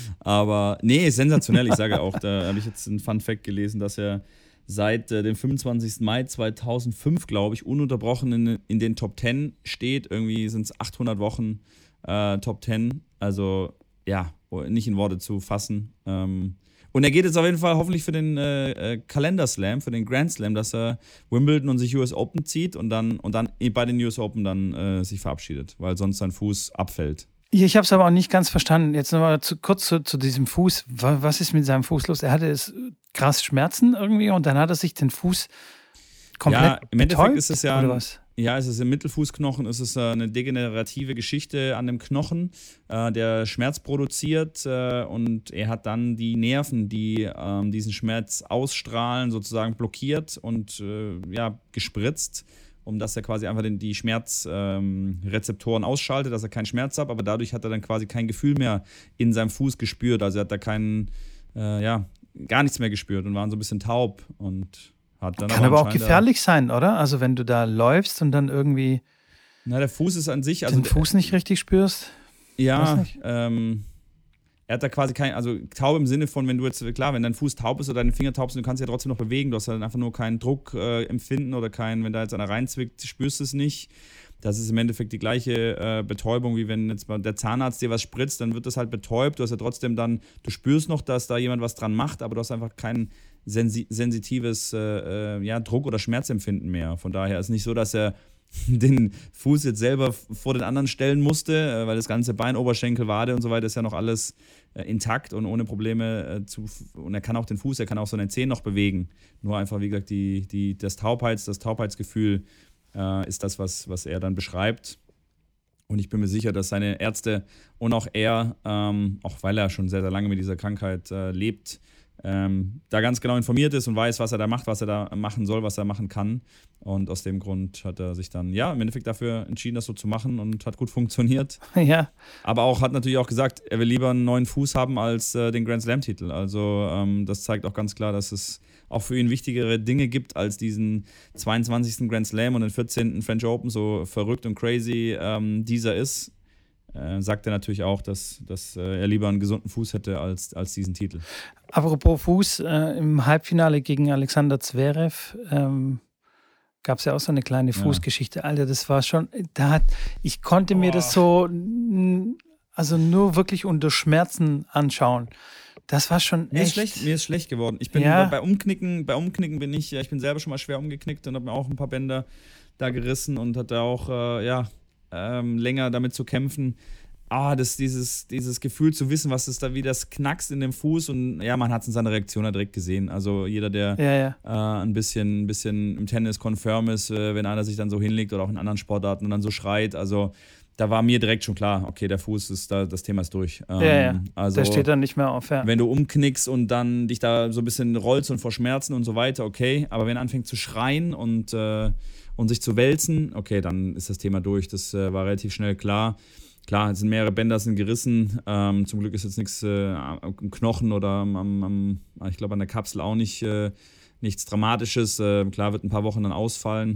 Aber nee, sensationell. Ich sage auch, da habe ich jetzt einen Fun-Fact gelesen, dass er seit äh, dem fünfundzwanzigsten Mai zweitausendfünf, glaube ich, ununterbrochen in, in den Top zehn steht. Irgendwie sind es achthundert Wochen äh, Top zehn. Also ja, nicht in Worte zu fassen. Ähm, Und er geht jetzt auf jeden Fall hoffentlich für den äh, äh, Kalender-Slam, für den Grand Slam, dass er Wimbledon und sich U S Open zieht und dann, und dann bei den U S Open dann äh, sich verabschiedet, weil sonst sein Fuß abfällt. Ich habe es aber auch nicht ganz verstanden. Jetzt nochmal zu, kurz zu, zu diesem Fuß. Wa- Was ist mit seinem Fuß los? Er hatte es krass Schmerzen irgendwie und dann hat er sich den Fuß komplett Ja, im Endeffekt betäubt, ist es ja oder ein- was? Ja, es ist im Mittelfußknochen, es ist äh, eine degenerative Geschichte an dem Knochen, äh, der Schmerz produziert äh, und er hat dann die Nerven, die ähm, diesen Schmerz ausstrahlen, sozusagen blockiert und äh, ja, gespritzt, um dass er quasi einfach den, die Schmerzrezeptoren ähm, Rezeptoren ausschaltet, dass er keinen Schmerz hat, aber dadurch hat er dann quasi kein Gefühl mehr in seinem Fuß gespürt, also er hat da keinen, äh, ja, gar nichts mehr gespürt und war so ein bisschen taub und hat dann Kann aber auch anscheinend- gefährlich sein, oder? Also wenn du da läufst und dann irgendwie Na, der Fuß ist an sich, also den Fuß nicht richtig spürst. Weiß ja, nicht. ähm, er hat da quasi kein, also taub im Sinne von, wenn du jetzt, klar, wenn dein Fuß taub ist oder deine Finger taub sind, du kannst dich ja trotzdem noch bewegen, du hast halt einfach nur keinen Druck äh, empfinden oder keinen, wenn da jetzt einer reinzwickt, spürst du es nicht. Das ist im Endeffekt die gleiche äh, Betäubung, wie wenn jetzt mal der Zahnarzt dir was spritzt, dann wird das halt betäubt, du hast ja trotzdem dann, du spürst noch, dass da jemand was dran macht, aber du hast einfach kein sensi- sensitives äh, äh, ja, Druck- oder Schmerzempfinden mehr. Von daher ist nicht so, dass er den Fuß jetzt selber vor den anderen stellen musste, äh, weil das ganze Bein, Oberschenkel, Wade und so weiter ist ja noch alles äh, intakt und ohne Probleme äh, zu, und er kann auch den Fuß, er kann auch seine Zehen noch bewegen. Nur einfach, wie gesagt, die, die, das Taubheits, das Taubheitsgefühl äh, ist das, was, was er dann beschreibt. Und ich bin mir sicher, dass seine Ärzte und auch er, ähm, auch weil er schon sehr, sehr lange mit dieser Krankheit äh, lebt, ähm, da ganz genau informiert ist und weiß, was er da macht, was er da machen soll, was er machen kann. Und aus dem Grund hat er sich dann, ja, im Endeffekt dafür entschieden, das so zu machen und hat gut funktioniert. Ja, Aber auch hat natürlich auch gesagt, er will lieber einen neuen Fuß haben als äh, den Grand Slam-Titel. Also ähm, das zeigt auch ganz klar, dass es auch für ihn wichtigere Dinge gibt als diesen zweiundzwanzigsten Grand Slam und den vierzehnten French Open, so verrückt und crazy ähm, dieser ist. Äh, sagt er natürlich auch, dass, dass äh, er lieber einen gesunden Fuß hätte als, als diesen Titel. apropos Fuß, äh, im Halbfinale gegen Alexander Zverev ähm, gab es ja auch so eine kleine Ja. Fußgeschichte. Alter, das war schon, da hat, ich konnte mir das so, mm, also nur wirklich unter Schmerzen anschauen. Das war schon Mir ist, echt. schlecht, mir ist schlecht geworden. Ich bin Ja. bei Umknicken, bei Umknicken bin ich, ja, ich bin selber schon mal schwer umgeknickt und habe mir auch ein paar Bänder da gerissen und hatte auch äh, ja, ähm, länger damit zu kämpfen. Ah, das, dieses, dieses Gefühl zu wissen, was ist da, wie das knackst in dem Fuß und ja, man hat es in seiner Reaktion ja direkt gesehen. Also jeder, der Ja, ja. äh, ein bisschen, ein bisschen im Tennis konfirm ist, äh, wenn einer sich dann so hinlegt oder auch in anderen Sportarten und dann so schreit. Also da war mir direkt schon klar, okay, der Fuß ist da, das Thema ist durch. Ähm, Ja, ja. Also, Der steht dann nicht mehr auf. Ja. wenn du umknickst und dann dich da so ein bisschen rollst und vor Schmerzen und so weiter, okay. Aber wenn er anfängt zu schreien und, äh, und sich zu wälzen, okay, dann ist das Thema durch. Das äh, war relativ schnell klar. Klar, es sind mehrere Bänder sind gerissen. Ähm, zum Glück ist jetzt nichts äh, am Knochen oder am, am, am ich glaube an der Kapsel auch nicht äh, nichts Dramatisches. Äh, klar wird ein paar Wochen dann ausfallen.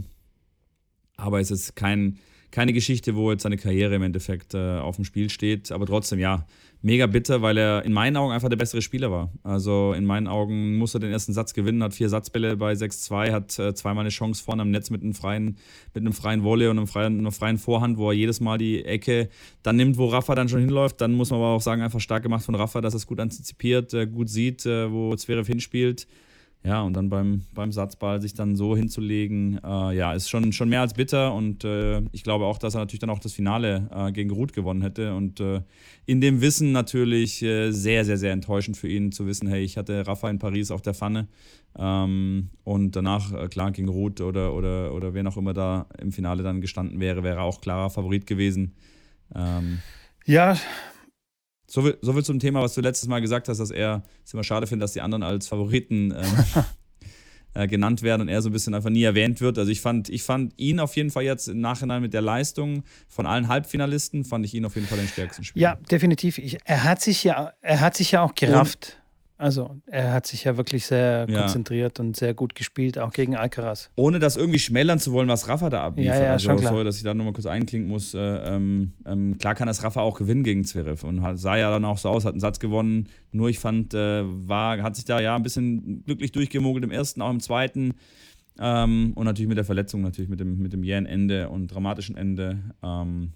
Aber es ist kein, keine Geschichte, wo jetzt seine Karriere im Endeffekt äh, auf dem Spiel steht. Aber trotzdem, ja, mega bitter, weil er in meinen Augen einfach der bessere Spieler war. Also in meinen Augen muss er den ersten Satz gewinnen, hat vier Satzbälle bei sechs zwei, hat äh, zweimal eine Chance vorne am Netz mit einem freien, mit einem freien Volley und einem freien, einer freien Vorhand, wo er jedes Mal die Ecke dann nimmt, wo Rafa dann schon hinläuft. Dann muss man aber auch sagen, einfach stark gemacht von Rafa, dass er es gut antizipiert, äh, gut sieht, äh, wo Zverev hinspielt. Ja, und dann beim, beim Satzball sich dann so hinzulegen, äh, ja, ist schon, schon mehr als bitter. Und äh, ich glaube auch, dass er natürlich dann auch das Finale äh, gegen Ruud gewonnen hätte. Und äh, in dem Wissen natürlich äh, sehr, sehr, sehr enttäuschend für ihn zu wissen, hey, ich hatte Rafa in Paris auf der Pfanne. Ähm, und danach, äh, klar, gegen Ruud oder, oder, oder wer noch immer da im Finale dann gestanden wäre, wäre er auch klarer Favorit gewesen. Ähm, Ja, So viel, so viel zum Thema, was du letztes Mal gesagt hast, dass er es immer schade findet, dass die anderen als Favoriten ähm, äh, genannt werden und er so ein bisschen einfach nie erwähnt wird. Also ich fand, ich fand ihn auf jeden Fall jetzt im Nachhinein mit der Leistung von allen Halbfinalisten, fand ich ihn auf jeden Fall den stärksten Spieler. Ja, definitiv. Ich, er, hat sich ja, er hat sich ja auch gerafft. Also er hat sich ja wirklich sehr Ja. konzentriert und sehr gut gespielt, auch gegen Alcaraz. Ohne das irgendwie schmälern zu wollen, was Rafa da abliefert. Ja, ja, also, schon klar. sorry, dass ich da nochmal kurz einklinken muss. Äh, ähm, ähm, klar kann das Rafa auch gewinnen gegen Zverev und hat, sah ja dann auch so aus, hat einen Satz gewonnen. Nur ich fand, äh, war, hat sich da ja ein bisschen glücklich durchgemogelt im ersten, auch im zweiten. Ähm, und natürlich mit der Verletzung, natürlich mit dem, mit dem jähen Ende und dramatischen Ende. Ähm,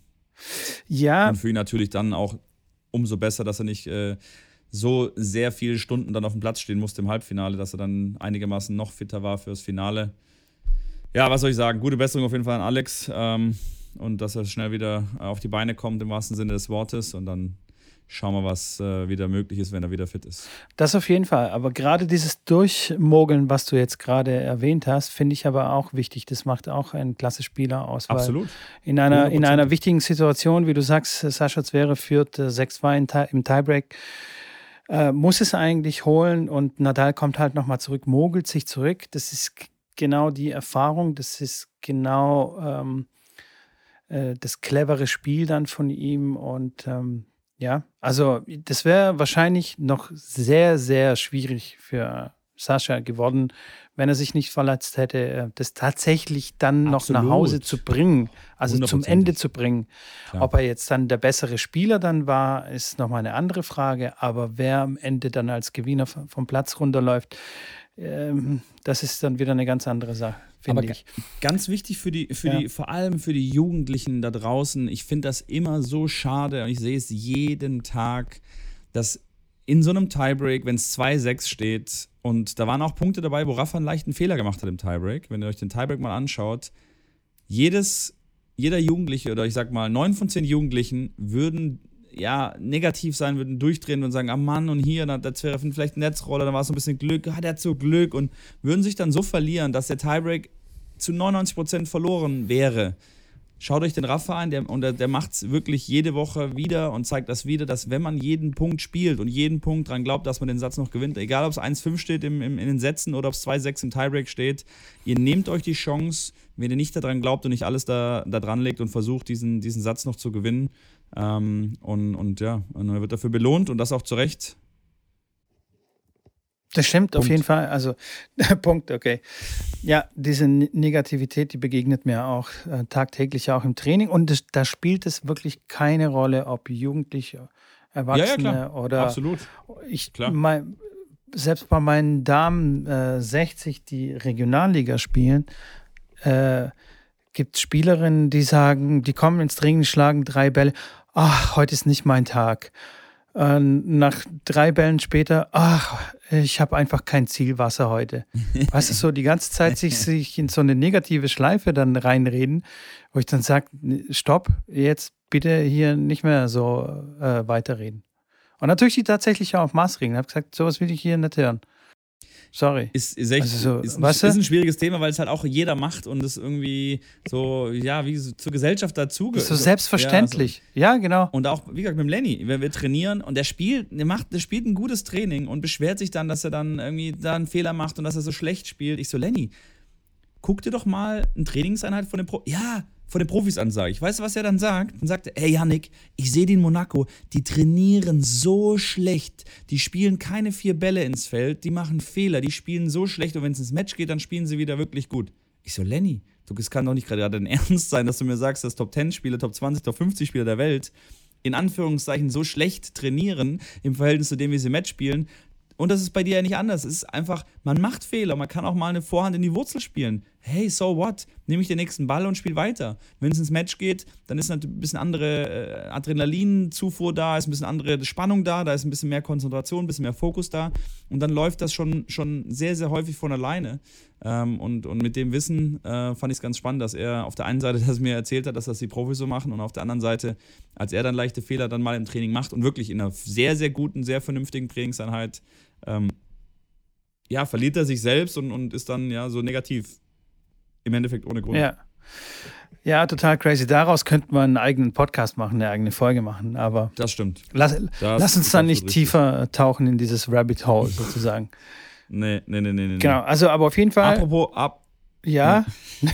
Ja, und für ihn natürlich dann auch umso besser, dass er nicht äh, so sehr viele Stunden dann auf dem Platz stehen musste im Halbfinale, dass er dann einigermaßen noch fitter war fürs Finale. Ja, was soll ich sagen? Gute Besserung auf jeden Fall an Alex ähm, und dass er schnell wieder auf die Beine kommt im wahrsten Sinne des Wortes und dann schauen wir, was äh, wieder möglich ist, wenn er wieder fit ist. das auf jeden Fall. Aber gerade dieses Durchmogeln, was du jetzt gerade erwähnt hast, finde ich aber auch wichtig. Das macht auch einen klasse Spieler aus. Weil Absolut. In einer, in hundertprozentig. einer wichtigen Situation, wie du sagst, Sascha Zverev führt äh, sechs zwei im, Tie- im Tiebreak, äh, muss es eigentlich holen und Nadal kommt halt nochmal zurück, mogelt sich zurück. Das ist g- genau die Erfahrung, das ist genau ähm, äh, das clevere Spiel dann von ihm und ähm, ja, also das wäre wahrscheinlich noch sehr, sehr schwierig für Sascha geworden, wenn er sich nicht verletzt hätte, äh, das tatsächlich dann noch nach Absolut. Hause zu bringen, also zum Hundertprozentig. Ende zu bringen. Klar. Ob er jetzt dann der bessere Spieler dann war, ist nochmal eine andere Frage, aber wer am Ende dann als Gewinner v- vom Platz runterläuft, ähm, das ist dann wieder eine ganz andere Sache, finde Aber ich. Ganz wichtig für die, für Ja. die, vor allem für die Jugendlichen da draußen. Ich finde das immer so schade und ich sehe es jeden Tag, dass in so einem Tiebreak, wenn es zwei sechs steht, und da waren auch Punkte dabei, wo Rafa einen leichten Fehler gemacht hat im Tiebreak. Wenn ihr euch den Tiebreak mal anschaut, jedes, jeder Jugendliche oder ich sag mal neun von zehn Jugendlichen würden ja negativ sein, würden durchdrehen und sagen, ah Mann, und hier, da, da wäre vielleicht ein Netzroller, da war es so ein bisschen Glück, ah, der hat so Glück und würden sich dann so verlieren, dass der Tiebreak zu neunundneunzig Prozent verloren wäre. Schaut euch den Rafa an, der, und der, der macht es wirklich jede Woche wieder und zeigt das wieder, dass wenn man jeden Punkt spielt und jeden Punkt dran glaubt, dass man den Satz noch gewinnt, egal ob es eins fünf steht im, im, in den Sätzen oder ob es zwei sechs im Tiebreak steht, ihr nehmt euch die Chance, wenn ihr nicht daran glaubt und nicht alles da, da dran legt und versucht, diesen, diesen Satz noch zu gewinnen. Ähm, und, und ja, und er wird dafür belohnt und das auch zu Recht. Das stimmt auf Punkt. jeden Fall. Also, Punkt, okay. Ja, diese Ne- Negativität, die begegnet mir auch äh, tagtäglich auch im Training. Und das, da spielt es wirklich keine Rolle, ob Jugendliche, Erwachsene Ja, ja, klar. oder Absolut. ich Klar. mein, selbst bei meinen Damen äh, sechzig, die Regionalliga spielen, äh, gibt es Spielerinnen, die sagen, die kommen ins Training, schlagen drei Bälle. Ach, heute ist nicht mein Tag. Äh, nach drei Bällen später, ach, ich habe einfach kein Zielwasser heute. Weißt du, so die ganze Zeit sich, sich in so eine negative Schleife dann reinreden, wo ich dann sage, stopp, jetzt bitte hier nicht mehr so äh, weiterreden. Und natürlich die tatsächlich auch auf Maßregeln. Ich habe gesagt, sowas will ich hier nicht hören. Sorry. Ist, ist, echt, Also so, ist, ein, weißt du? ist ein schwieriges Thema, weil es halt auch jeder macht und es irgendwie so, ja, wie so zur Gesellschaft dazugehört. Ist so selbstverständlich. Ja, genau. Und auch, wie gesagt, mit dem Lenny, wenn wir trainieren und der spielt, der macht, der spielt ein gutes Training und beschwert sich dann, dass er dann irgendwie da einen Fehler macht und dass er so schlecht spielt. Ich so, Lenny, guck dir doch mal eine Trainingseinheit von den Pro ja, von den Profis an, sage ich. Weißt du, was er dann sagt? Dann sagt er, ey Yannick, ich sehe die in Monaco, die trainieren so schlecht, die spielen keine vier Bälle ins Feld, die machen Fehler, die spielen so schlecht und wenn es ins Match geht, dann spielen sie wieder wirklich gut. Ich so, Lenny, du, es kann doch nicht gerade dein Ernst sein, dass du mir sagst, dass Top zehn Spieler, Top zwanzig, Top fünfzig Spieler der Welt in Anführungszeichen so schlecht trainieren im Verhältnis zu dem, wie sie Match spielen. Und das ist bei dir ja nicht anders. Es ist einfach, man macht Fehler. Man kann auch mal eine Vorhand in die Wurzel spielen. Hey, so what? Nehme ich den nächsten Ball und spiele weiter. Wenn es ins Match geht, dann ist natürlich ein bisschen andere äh, Adrenalinzufuhr da, ist ein bisschen andere Spannung da, da ist ein bisschen mehr Konzentration, ein bisschen mehr Fokus da. Und dann läuft das schon, schon sehr, sehr häufig von alleine. Ähm, und, und mit dem Wissen äh, fand ich es ganz spannend, dass er auf der einen Seite das mir erzählt hat, dass das die Profis so machen und auf der anderen Seite, als er dann leichte Fehler dann mal im Training macht und wirklich in einer sehr, sehr guten, sehr vernünftigen Trainingseinheit ähm, ja, verliert er sich selbst und, und ist dann ja so negativ. Im Endeffekt ohne Grund. Ja. Ja, total crazy. Daraus könnte man einen eigenen Podcast machen, eine eigene Folge machen, aber Das stimmt. lass, Das lass uns ist dann nicht absolut tiefer tauchen in dieses Rabbit Hole sozusagen. Nee, nee, nee, nee, nee. Genau, also aber auf jeden Fall. Apropos ab. Ja.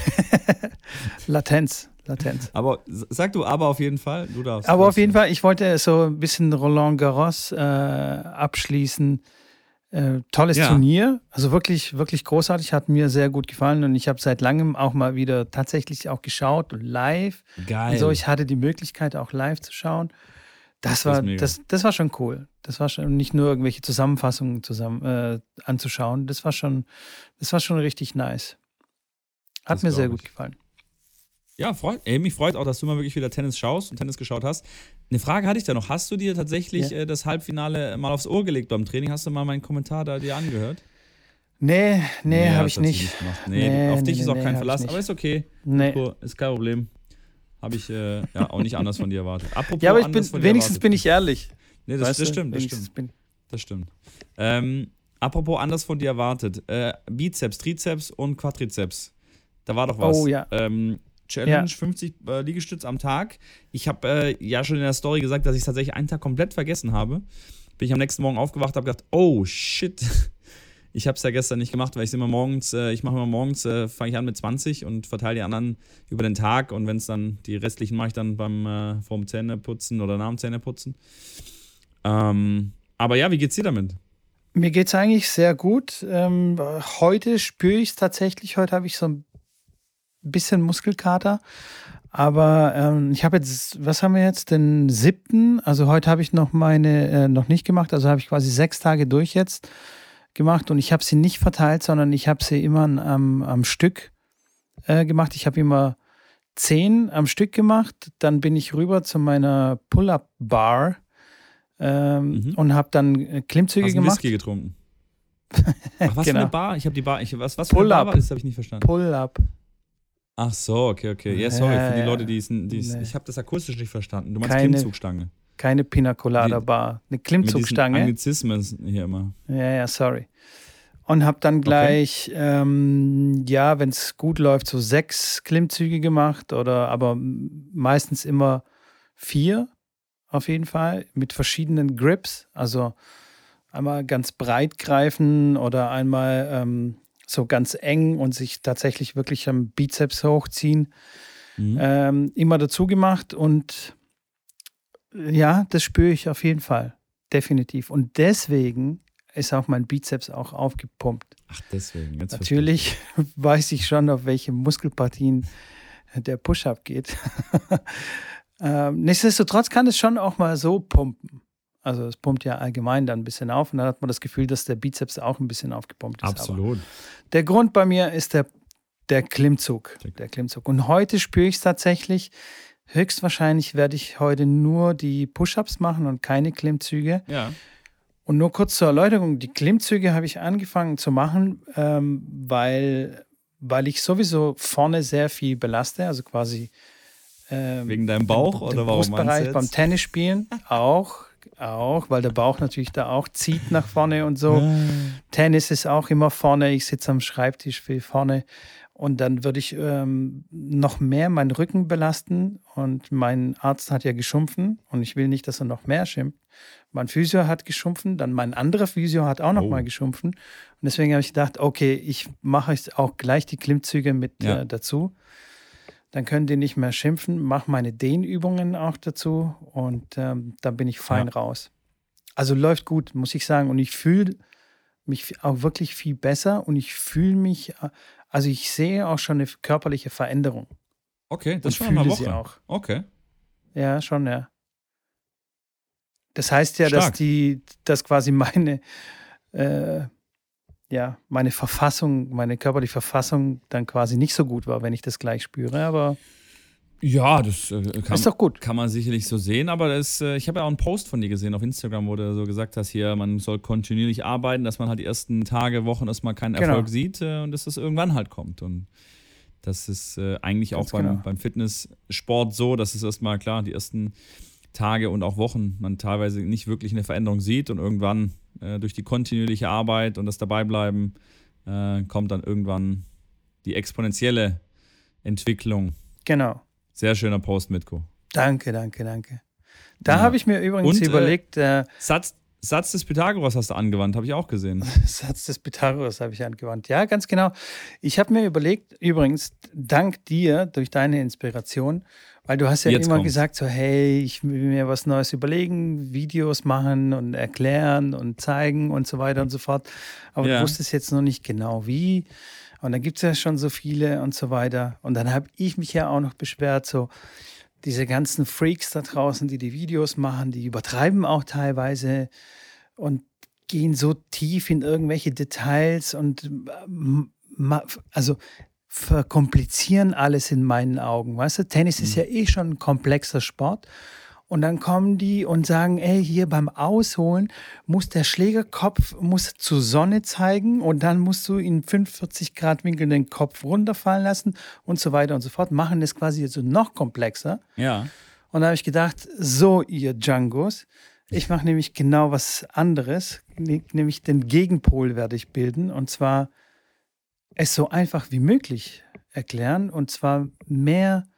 Latenz, Latenz. Aber sag du aber auf jeden Fall, du darfst. Aber du auf jeden darfst. Fall, ich wollte so ein bisschen Roland Garros äh, abschließen. Äh, tolles Ja. Turnier, also wirklich, wirklich großartig, hat mir sehr gut gefallen und ich habe seit langem auch mal wieder tatsächlich auch geschaut und live. Geil. Und so, ich hatte die Möglichkeit auch live zu schauen. Das, Das ist war, mega. das, das war schon cool. Das war schon nicht nur irgendwelche Zusammenfassungen zusammen äh, anzuschauen. Das war schon, das war schon richtig nice. Hat Das mir sehr glaub gut ich. gefallen. Ja, freut, ey, mich freut auch, dass du mal wirklich wieder Tennis schaust und Tennis geschaut hast. Eine Frage hatte ich da noch. Hast du dir tatsächlich Ja. äh, das Halbfinale mal aufs Ohr gelegt beim Training? Hast du mal meinen Kommentar da dir angehört? Nee, nee, habe das ich hast du nicht. gemacht. Nee, Nee, auf nee, dich ist nee, auch nee, kein hab ich Verlass, nicht. aber ist okay. Nee. Cool, ist kein Problem. Habe ich äh, ja auch nicht anders von dir erwartet. Apropos Ja, aber ich bin, anders von dir wenigstens erwartet. bin ich ehrlich. Nee, das, Weißt das du? stimmt, das Wenigstens stimmt. Bin, Das stimmt. Ähm, apropos anders von dir erwartet. Äh, Bizeps, Trizeps und Quadrizeps. Da war doch was. Oh, ja. Ähm, Challenge Ja. fünfzig äh, Liegestütz am Tag. Ich habe äh, ja schon in der Story gesagt, dass ich tatsächlich einen Tag komplett vergessen habe. Bin ich am nächsten Morgen aufgewacht, habe gedacht, oh shit. Ich habe es ja gestern nicht gemacht, weil ich immer morgens, äh, ich mache immer morgens, äh, fange ich an mit zwanzig und verteile die anderen über den Tag und wenn es dann, die restlichen mache ich dann beim äh, vorm Zähneputzen oder nach dem Zähneputzen. Ähm, aber ja, wie geht's dir damit? Mir geht es eigentlich sehr gut. Ähm, heute spüre ich es tatsächlich. Heute habe ich so ein bisschen Muskelkater. Aber ähm, ich habe jetzt, was haben wir jetzt, den siebten? Also heute habe ich noch meine, äh, noch nicht gemacht. Also habe ich quasi sechs Tage durch jetzt gemacht. Und ich habe sie nicht verteilt, sondern ich habe sie immer am, am Stück äh, gemacht. Ich habe immer zehn am Stück gemacht. Dann bin ich rüber zu meiner Pull-Up-Bar. Ähm, Mhm. und habe dann äh, Klimmzüge Hast du einen gemacht. Whisky getrunken? Ach, was Genau. für eine Bar? Ich habe die Bar, ich, was, was für eine Pull-up. Bar war das? habe ich nicht verstanden. Pull-up. Ach so, okay, okay. Ja, sorry, Ja, für die ja. Leute, die es, die es Nee. ich habe das akustisch nicht verstanden. Du meinst Keine- Klimmzugstange. Keine Pina Colada Die- Bar. Eine Mit diesen Klimmzugstange. Anglizismen hier immer. Ja, ja, sorry. Und habe dann gleich, ähm, ja, wenn es gut läuft, so sechs Klimmzüge gemacht oder aber meistens immer vier auf jeden Fall mit verschiedenen Grips. Also einmal ganz breit greifen oder einmal ähm, so ganz eng und sich tatsächlich wirklich am Bizeps hochziehen. Mhm. Ähm, immer dazu gemacht und äh, ja, das spüre ich auf jeden Fall. Definitiv. Und deswegen ist auch mein Bizeps auch aufgepumpt. Ach, deswegen. Jetzt Natürlich weiß ich schon, auf welche Muskelpartien der Push-Up geht. ähm, nichtsdestotrotz kann es schon auch mal so pumpen. Also es pumpt ja allgemein dann ein bisschen auf und dann hat man das Gefühl, dass der Bizeps auch ein bisschen aufgepumpt ist. Absolut. Aber der Grund bei mir ist der, der Klimmzug. Der Klimmzug. Und heute spüre ich es tatsächlich. Höchstwahrscheinlich werde ich heute nur die Push-Ups machen und keine Klimmzüge. Ja. Und nur kurz zur Erläuterung, die Klimmzüge habe ich angefangen zu machen, ähm, weil, weil ich sowieso vorne sehr viel belaste, also quasi ähm, Wegen deinem Bauch den oder warum meinst du Brustbereich jetzt? beim Tennisspielen auch, auch, weil der Bauch natürlich da auch zieht nach vorne und so. Tennis ist auch immer vorne, ich sitze am Schreibtisch viel vorne und dann würde ich ähm, noch mehr meinen Rücken belasten und mein Arzt hat ja geschumpfen und ich will nicht, dass er noch mehr schimpft. Mein Physio hat geschumpfen, dann mein anderer Physio hat auch noch Oh. mal geschumpfen. Und deswegen habe ich gedacht, okay, ich mache jetzt auch gleich die Klimmzüge mit Ja. äh, dazu. Dann können die nicht mehr schimpfen, mache meine Dehnübungen auch dazu und ähm, dann bin ich fein Ja. raus. Also läuft gut, muss ich sagen. Und ich fühle mich auch wirklich viel besser und ich fühle mich, äh, also ich sehe auch schon eine körperliche Veränderung. Okay, das Und ist schon in einer fühle Woche. sie auch. Okay. Ja, schon, ja. Das heißt ja, Stark. dass die, dass quasi meine, äh, ja, meine Verfassung, meine körperliche Verfassung dann quasi nicht so gut war, wenn ich das gleich spüre. Aber Ja, das äh, kann, ist doch gut. kann man sicherlich so sehen, aber das, äh, ich habe ja auch einen Post von dir gesehen auf Instagram, wo du so gesagt hast, hier, man soll kontinuierlich arbeiten, dass man halt die ersten Tage, Wochen erstmal keinen Genau. Erfolg sieht äh, und dass das irgendwann halt kommt. Und das ist äh, eigentlich auch Ganz beim, genau. beim Fitnesssport so, dass es erstmal klar, die ersten Tage und auch Wochen man teilweise nicht wirklich eine Veränderung sieht und irgendwann äh, durch die kontinuierliche Arbeit und das Dabeibleiben äh, kommt dann irgendwann die exponentielle Entwicklung. Genau. Sehr schöner Post, Mitko. Danke, danke, danke. Da Ja. habe ich mir übrigens Und, äh, überlegt, äh, Satz, Satz des Pythagoras hast du angewandt, habe ich auch gesehen. Satz des Pythagoras habe ich angewandt. Ja, ganz genau. Ich habe mir überlegt, übrigens, dank dir, durch deine Inspiration, weil du hast ja Jetzt immer kommt's. gesagt, so hey, ich will mir was Neues überlegen, Videos machen und erklären und zeigen und so weiter und so fort. Aber Ja. du wusstest jetzt noch nicht genau wie. Und dann gibt es ja schon so viele und so weiter. Und dann habe ich mich ja auch noch beschwert, so diese ganzen Freaks da draußen, die die Videos machen, die übertreiben auch teilweise und gehen so tief in irgendwelche Details und ähm, ma- also verkomplizieren alles in meinen Augen. Weißt du, Tennis ist ja eh schon ein komplexer Sport. Und dann kommen die und sagen, ey, hier beim Ausholen muss der Schlägerkopf muss zur Sonne zeigen und dann musst du in fünfundvierzig Grad Winkel den Kopf runterfallen lassen und so weiter und so fort. Machen das quasi jetzt so noch komplexer. Ja. Und da habe ich gedacht, so ihr Djangos, ich mache nämlich genau was anderes, ne- nämlich den Gegenpol werde ich bilden und zwar es so einfach wie möglich erklären und zwar mehr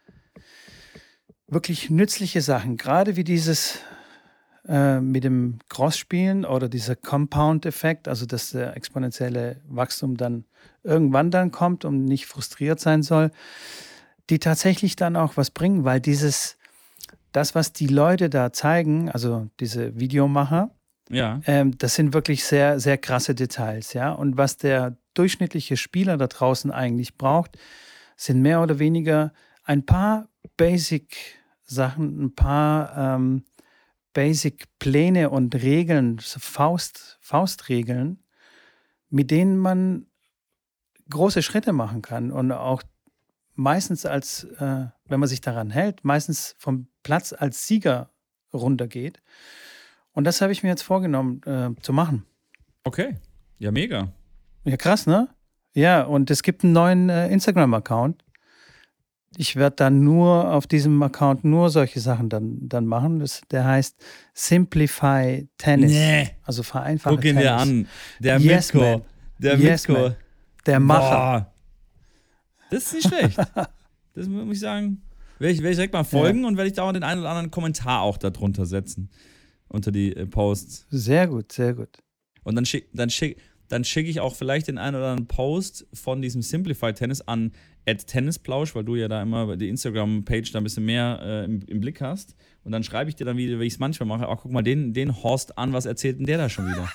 wirklich nützliche Sachen, gerade wie dieses äh, mit dem Cross-Spielen oder dieser Compound-Effekt, also dass der exponentielle Wachstum dann irgendwann dann kommt und nicht frustriert sein soll, die tatsächlich dann auch was bringen, weil dieses, das, was die Leute da zeigen, also diese Videomacher, Ja. ähm, das sind wirklich sehr, sehr krasse Details, ja. Und was der durchschnittliche Spieler da draußen eigentlich braucht, sind mehr oder weniger ein paar Basic-Sachen, ein paar ähm, Basic-Pläne und Regeln, so Faust, Faustregeln, mit denen man große Schritte machen kann und auch meistens als, äh, wenn man sich daran hält, meistens vom Platz als Sieger runtergeht. Und das habe ich mir jetzt vorgenommen äh, zu machen. Okay. Ja, mega. Ja, krass, ne? Ja, und es gibt einen neuen äh, Instagram-Account. Ich werde dann nur auf diesem Account nur solche Sachen dann, dann machen. Das, der heißt Simplify Tennis. Nee. Also vereinfache Guck ihn Tennis. dir an. Der Yes, Mitko. man. Der Yes, Mitko. man. Der Macher. Boah. Das ist nicht schlecht. Das muss ich sagen. Werde ich, werd ich direkt mal folgen und werde ich da auch den einen oder anderen Kommentar auch darunter setzen. Unter die äh, Posts. Sehr gut, sehr gut. Und dann schicke dann schick, dann schick ich auch vielleicht den einen oder anderen Post von diesem Simplify Tennis an at Tennisplausch, weil du ja da immer die Instagram-Page da ein bisschen mehr äh, im, im Blick hast. Und dann schreibe ich dir dann wieder, wie ich es manchmal mache, ach, guck mal den, den Horst an, was erzählt denn der da schon wieder?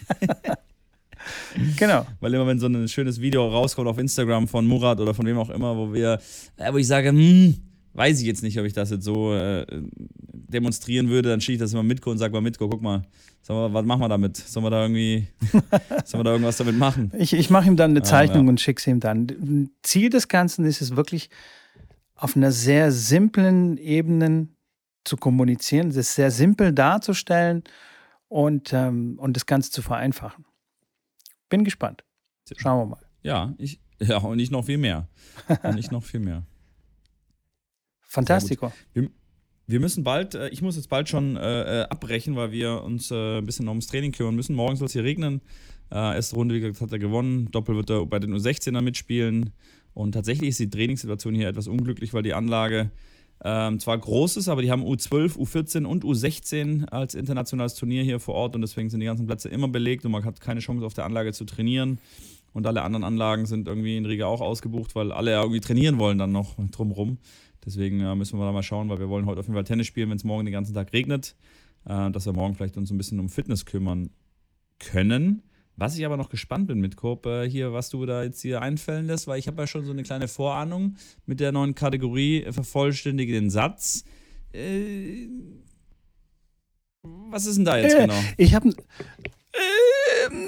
Genau. Weil immer, wenn so ein schönes Video rauskommt auf Instagram von Murat oder von wem auch immer, wo wir, äh, wo ich sage, hm, weiß ich jetzt nicht, ob ich das jetzt so äh, demonstrieren würde, dann schicke ich das immer Mitko und sage mal, Mitko, guck mal, sag mal, was machen wir damit? Sollen wir da irgendwie, sollen wir da irgendwas damit machen? Ich, ich mache ihm dann eine Zeichnung Ah, ja. und schicke sie ihm dann. Ziel des Ganzen ist es wirklich, auf einer sehr simplen Ebene zu kommunizieren, das sehr simpel darzustellen und, ähm, und das Ganze zu vereinfachen. Bin gespannt. Schauen wir mal. Ja, ich, ja, und nicht noch viel mehr. Und nicht noch viel mehr. Fantastico. Wir, wir müssen bald, äh, ich muss jetzt bald schon äh, äh, abbrechen, weil wir uns äh, ein bisschen ums Training kümmern müssen. Morgen soll es hier regnen. Äh, erste Runde, wie gesagt, hat er gewonnen. Doppel wird er bei den U sechzehner mitspielen. Und tatsächlich ist die Trainingssituation hier etwas unglücklich, weil die Anlage ähm, zwar groß ist, aber die haben U zwölf, U vierzehn und U sechzehn als internationales Turnier hier vor Ort und deswegen sind die ganzen Plätze immer belegt und man hat keine Chance auf der Anlage zu trainieren. Und alle anderen Anlagen sind irgendwie in Riga auch ausgebucht, weil alle ja irgendwie trainieren wollen dann noch drumrum. Deswegen äh, müssen wir da mal schauen, weil wir wollen heute auf jeden Fall Tennis spielen, wenn es morgen den ganzen Tag regnet, äh, dass wir morgen vielleicht uns ein bisschen um Fitness kümmern können. Was ich aber noch gespannt bin mit Coop, äh, hier, was du da jetzt hier einfällen lässt, weil ich habe ja schon so eine kleine Vorahnung mit der neuen Kategorie äh, vervollständige den Satz. Äh, was ist denn da jetzt Äh, genau? Ich habe. Ähm,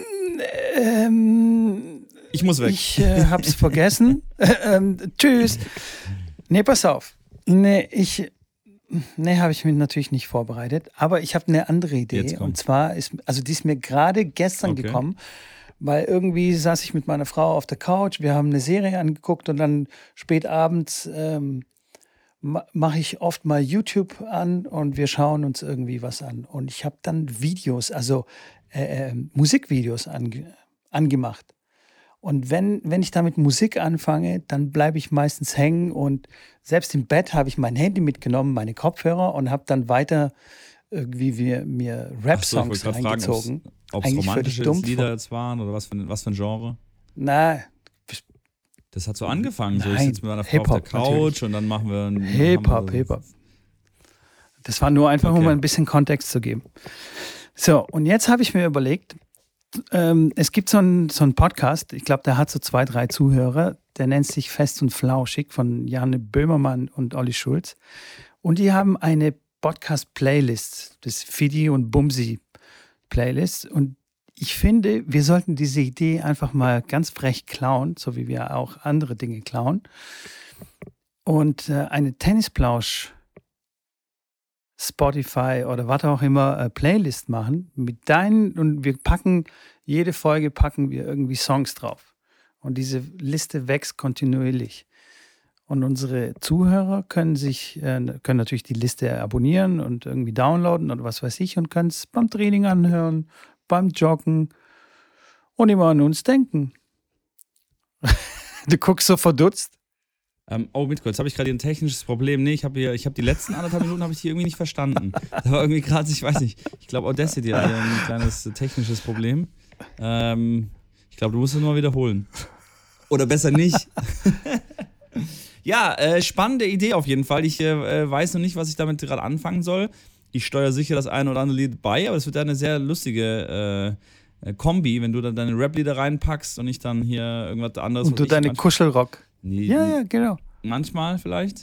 ähm, Ich muss weg. Ich äh, hab's vergessen. ähm, tschüss. Nee, pass auf. Nee, ich. Nee, habe ich mich natürlich nicht vorbereitet. Aber ich habe eine andere Idee. Jetzt komm. Und zwar ist, also die ist mir gerade gestern Okay. gekommen, weil irgendwie saß ich mit meiner Frau auf der Couch, wir haben eine Serie angeguckt und dann spät abends ähm, ma- mache ich oft mal YouTube an und wir schauen uns irgendwie was an. Und ich habe dann Videos, also äh, äh, Musikvideos ange angemacht. Und wenn, wenn ich da mit Musik anfange, dann bleibe ich meistens hängen und selbst im Bett habe ich mein Handy mitgenommen, meine Kopfhörer und habe dann weiter irgendwie wir, mir Ach so, ich Rap-Songs wollte gerade fragen, reingezogen. ob es Eigentlich völlig romantische dumm Lieder von- jetzt waren oder was für, ein- was für ein Genre. Na, Das hat so angefangen. So, ich Nein, sitze mit meiner Frau auf der Hip-Hop Couch natürlich. und dann machen wir. Ein, Hip-Hop, haben wir so- Hip-Hop. Das war nur einfach, Okay. um ein bisschen Kontext zu geben. So, und jetzt habe ich mir überlegt, ähm, es gibt so einen so einen Podcast, ich glaube, der hat so zwei, drei Zuhörer, der nennt sich Fest und Flauschig von Janne Böhmermann und Olli Schulz. Und die haben eine Podcast-Playlist, das Fidi und Bumsi-Playlist. Und ich finde, wir sollten diese Idee einfach mal ganz frech klauen, so wie wir auch andere Dinge klauen. Und äh, eine Tennisplausch Spotify oder was auch immer äh, Playlist machen mit deinen und wir packen, jede Folge packen wir irgendwie Songs drauf. Und diese Liste wächst kontinuierlich. Und unsere Zuhörer können sich, äh, können natürlich die Liste abonnieren und irgendwie downloaden oder was weiß ich und können es beim Training anhören, beim Joggen und immer an uns denken. Du guckst so verdutzt. Ähm, oh, Mitko, jetzt habe ich gerade hier ein technisches Problem. Nee, ich habe hier, ich habe die letzten anderthalb Minuten habe ich die irgendwie nicht verstanden. Da war irgendwie gerade, ich weiß nicht, ich glaube Audacity hat hier ein kleines äh, technisches Problem. Ähm, ich glaube, du musst es nur mal wiederholen. Oder besser nicht. Ja, äh, spannende Idee auf jeden Fall. Ich äh, weiß noch nicht, was ich damit gerade anfangen soll. Ich steuere sicher das eine oder andere Lied bei, aber es wird eine sehr lustige äh, Kombi, wenn du dann deine Rap-Lieder reinpackst und ich dann hier irgendwas anderes. Und was du ich deine manchmal- Kuschelrock. Nee, Ja, nee, ja, genau. Manchmal vielleicht.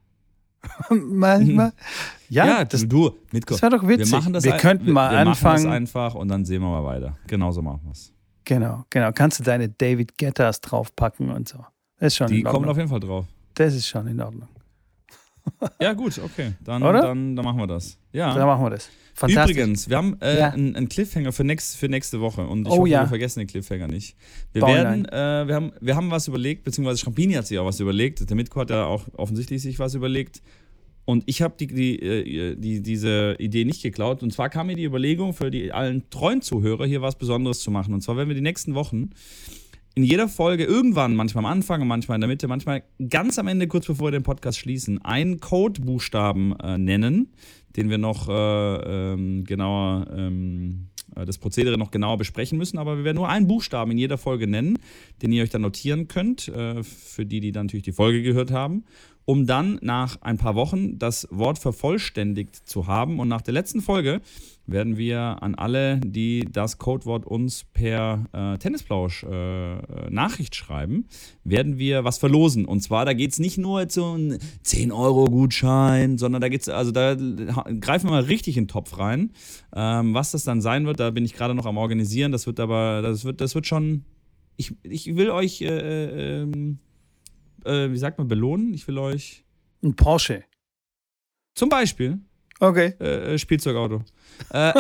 Manchmal. Ja, Ja, das, du, Mitko. das wäre doch witzig. Wir, machen das wir ein- könnten wir, mal wir anfangen. machen das einfach und dann sehen wir mal weiter. Genauso machen wir es. Genau, genau. Kannst du deine David Guettas draufpacken und so. Das ist schon Die in Ordnung. kommen auf jeden Fall drauf. Das ist schon in Ordnung. Ja, gut, okay. Dann, Oder? dann, dann machen wir das. Ja. Dann machen wir das. Fantastisch. Übrigens, wir haben äh, Ja. einen, einen Cliffhanger für, nächst, für nächste Woche und ich Oh hoffe, ja. wir vergessen den Cliffhanger nicht. Wir Oh werden, äh, wir haben, wir haben was überlegt, beziehungsweise Schrampini hat sich auch was überlegt. Der Mitko hat ja auch offensichtlich sich was überlegt. Und ich habe die, die, äh, die, diese Idee nicht geklaut. Und zwar kam mir die Überlegung, für die allen treuen Zuhörer hier was Besonderes zu machen. Und zwar werden wir die nächsten Wochen in jeder Folge irgendwann, manchmal am Anfang und manchmal in der Mitte, manchmal ganz am Ende, kurz bevor wir den Podcast schließen, einen Codebuchstaben äh, nennen, den wir noch äh, ähm, genauer, ähm, äh, das Prozedere noch genauer besprechen müssen. Aber wir werden nur einen Buchstaben in jeder Folge nennen, den ihr euch dann notieren könnt, äh, für die, die dann natürlich die Folge gehört haben, um dann nach ein paar Wochen das Wort vervollständigt zu haben. Und nach der letzten Folge werden wir an alle, die das Codewort uns per äh, Tennisplausch äh, Nachricht schreiben, werden wir was verlosen. Und zwar, da geht es nicht nur jetzt so ein zehn Euro Gutschein, sondern da geht's, also da greifen wir mal richtig in den Topf rein. Ähm, was das dann sein wird, da bin ich gerade noch am Organisieren. Das wird aber, das wird, das wird schon, ich, ich will euch, äh, ähm, äh, wie sagt man, belohnen? Ich will euch Ein Porsche. zum Beispiel Okay. äh, Spielzeugauto. äh,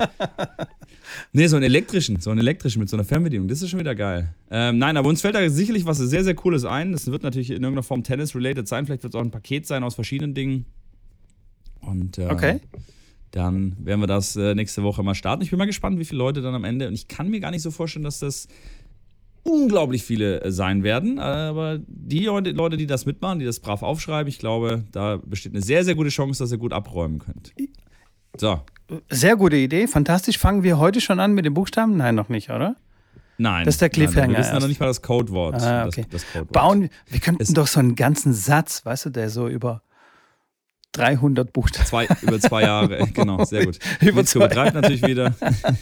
nee, so einen elektrischen, so einen elektrischen mit so einer Fernbedienung, das ist schon wieder geil. Ähm, nein, aber uns fällt da sicherlich was sehr, sehr Cooles ein. Das wird natürlich in irgendeiner Form Tennis-related sein. Vielleicht wird es auch ein Paket sein aus verschiedenen Dingen. Und äh, Okay. dann werden wir das äh, nächste Woche mal starten. Ich bin mal gespannt, wie viele Leute dann am Ende, und ich kann mir gar nicht so vorstellen, dass das unglaublich viele äh, sein werden, aber die Leute, Leute, die das mitmachen, die das brav aufschreiben, ich glaube, da besteht eine sehr, sehr gute Chance, dass ihr gut abräumen könnt. So, Sehr gute Idee. Fantastisch. Fangen wir heute schon an mit den Buchstaben? Nein, noch nicht, oder? nein. Das ist der Cliffhanger Nein, wir wissen ja noch erst. nicht mal das Codewort. Ah, okay. das, das Codewort. Bauen, wir könnten Es- doch so einen ganzen Satz, weißt du, der so über dreihundert Buchstaben. Zwei, über zwei Jahre, äh, genau, sehr gut. Über Mitko zwei- betreibt natürlich wieder.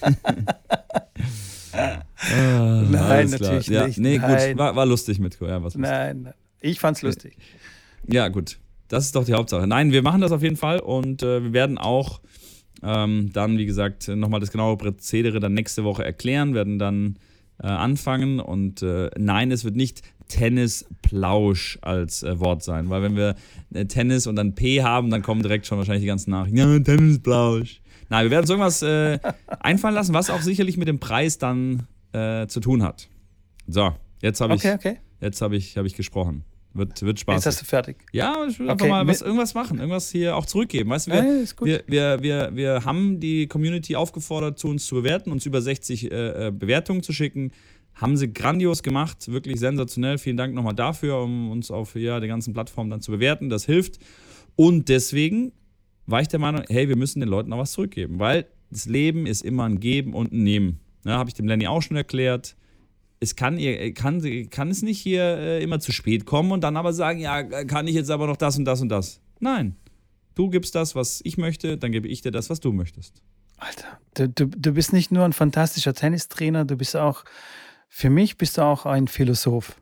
Ah, Nein, alles klar. natürlich ja, nicht. Nee, Nein. gut, war, war lustig, Mitko. Ja, was Nein, nein. Ich fand's lustig. Ja, gut. Das ist doch die Hauptsache. Nein, wir machen das auf jeden Fall und äh, wir werden auch ähm, dann, wie gesagt, nochmal das genaue Prozedere dann nächste Woche erklären, werden dann äh, anfangen und äh, nein, es wird nicht Tennisplausch als äh, Wort sein, weil wenn wir äh, Tennis und dann P haben, dann kommen direkt schon wahrscheinlich die ganzen Nachrichten. Ja, Tennisplausch. Nein, wir werden uns irgendwas äh, einfallen lassen, was auch sicherlich mit dem Preis dann äh, zu tun hat. So, jetzt habe ich, Okay, okay. jetzt habe ich, hab ich gesprochen. Wird, wird Jetzt spaßig. hast du fertig. Ja, ich will einfach Okay, mal was, mit- irgendwas machen, irgendwas hier auch zurückgeben. Weißt du, wir, Ja, ist gut. wir, wir, wir, wir haben die Community aufgefordert, zu uns zu bewerten, uns über sechzig äh, äh, Bewertungen zu schicken. Haben sie grandios gemacht, wirklich sensationell. Vielen Dank nochmal dafür, um uns auf ja, den ganzen Plattformen dann zu bewerten. Das hilft. Und deswegen war ich der Meinung, hey, wir müssen den Leuten noch was zurückgeben, weil das Leben ist immer ein Geben und ein Nehmen. Ja, habe ich dem Lenny auch schon erklärt. Es kann, kann, kann es nicht hier äh, immer zu spät kommen und dann aber sagen, ja, kann ich jetzt aber noch das und das und das. Nein, du gibst das, was ich möchte, dann gebe ich dir das, was du möchtest. Alter, du, du, du bist nicht nur ein fantastischer Tennistrainer, du bist auch, für mich bist du auch ein Philosoph.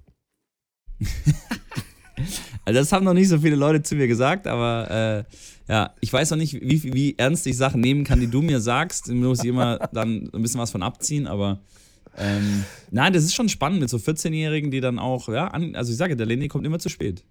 Also das haben noch nicht so viele Leute zu mir gesagt, aber äh, ja, ich weiß noch nicht, wie, wie ernst ich Sachen nehmen kann, die du mir sagst. Da muss ich immer dann ein bisschen was von abziehen, aber ähm, nein, das ist schon spannend mit so vierzehnjährigen, die dann auch, ja, an, also ich sage, der Lenny kommt immer zu spät.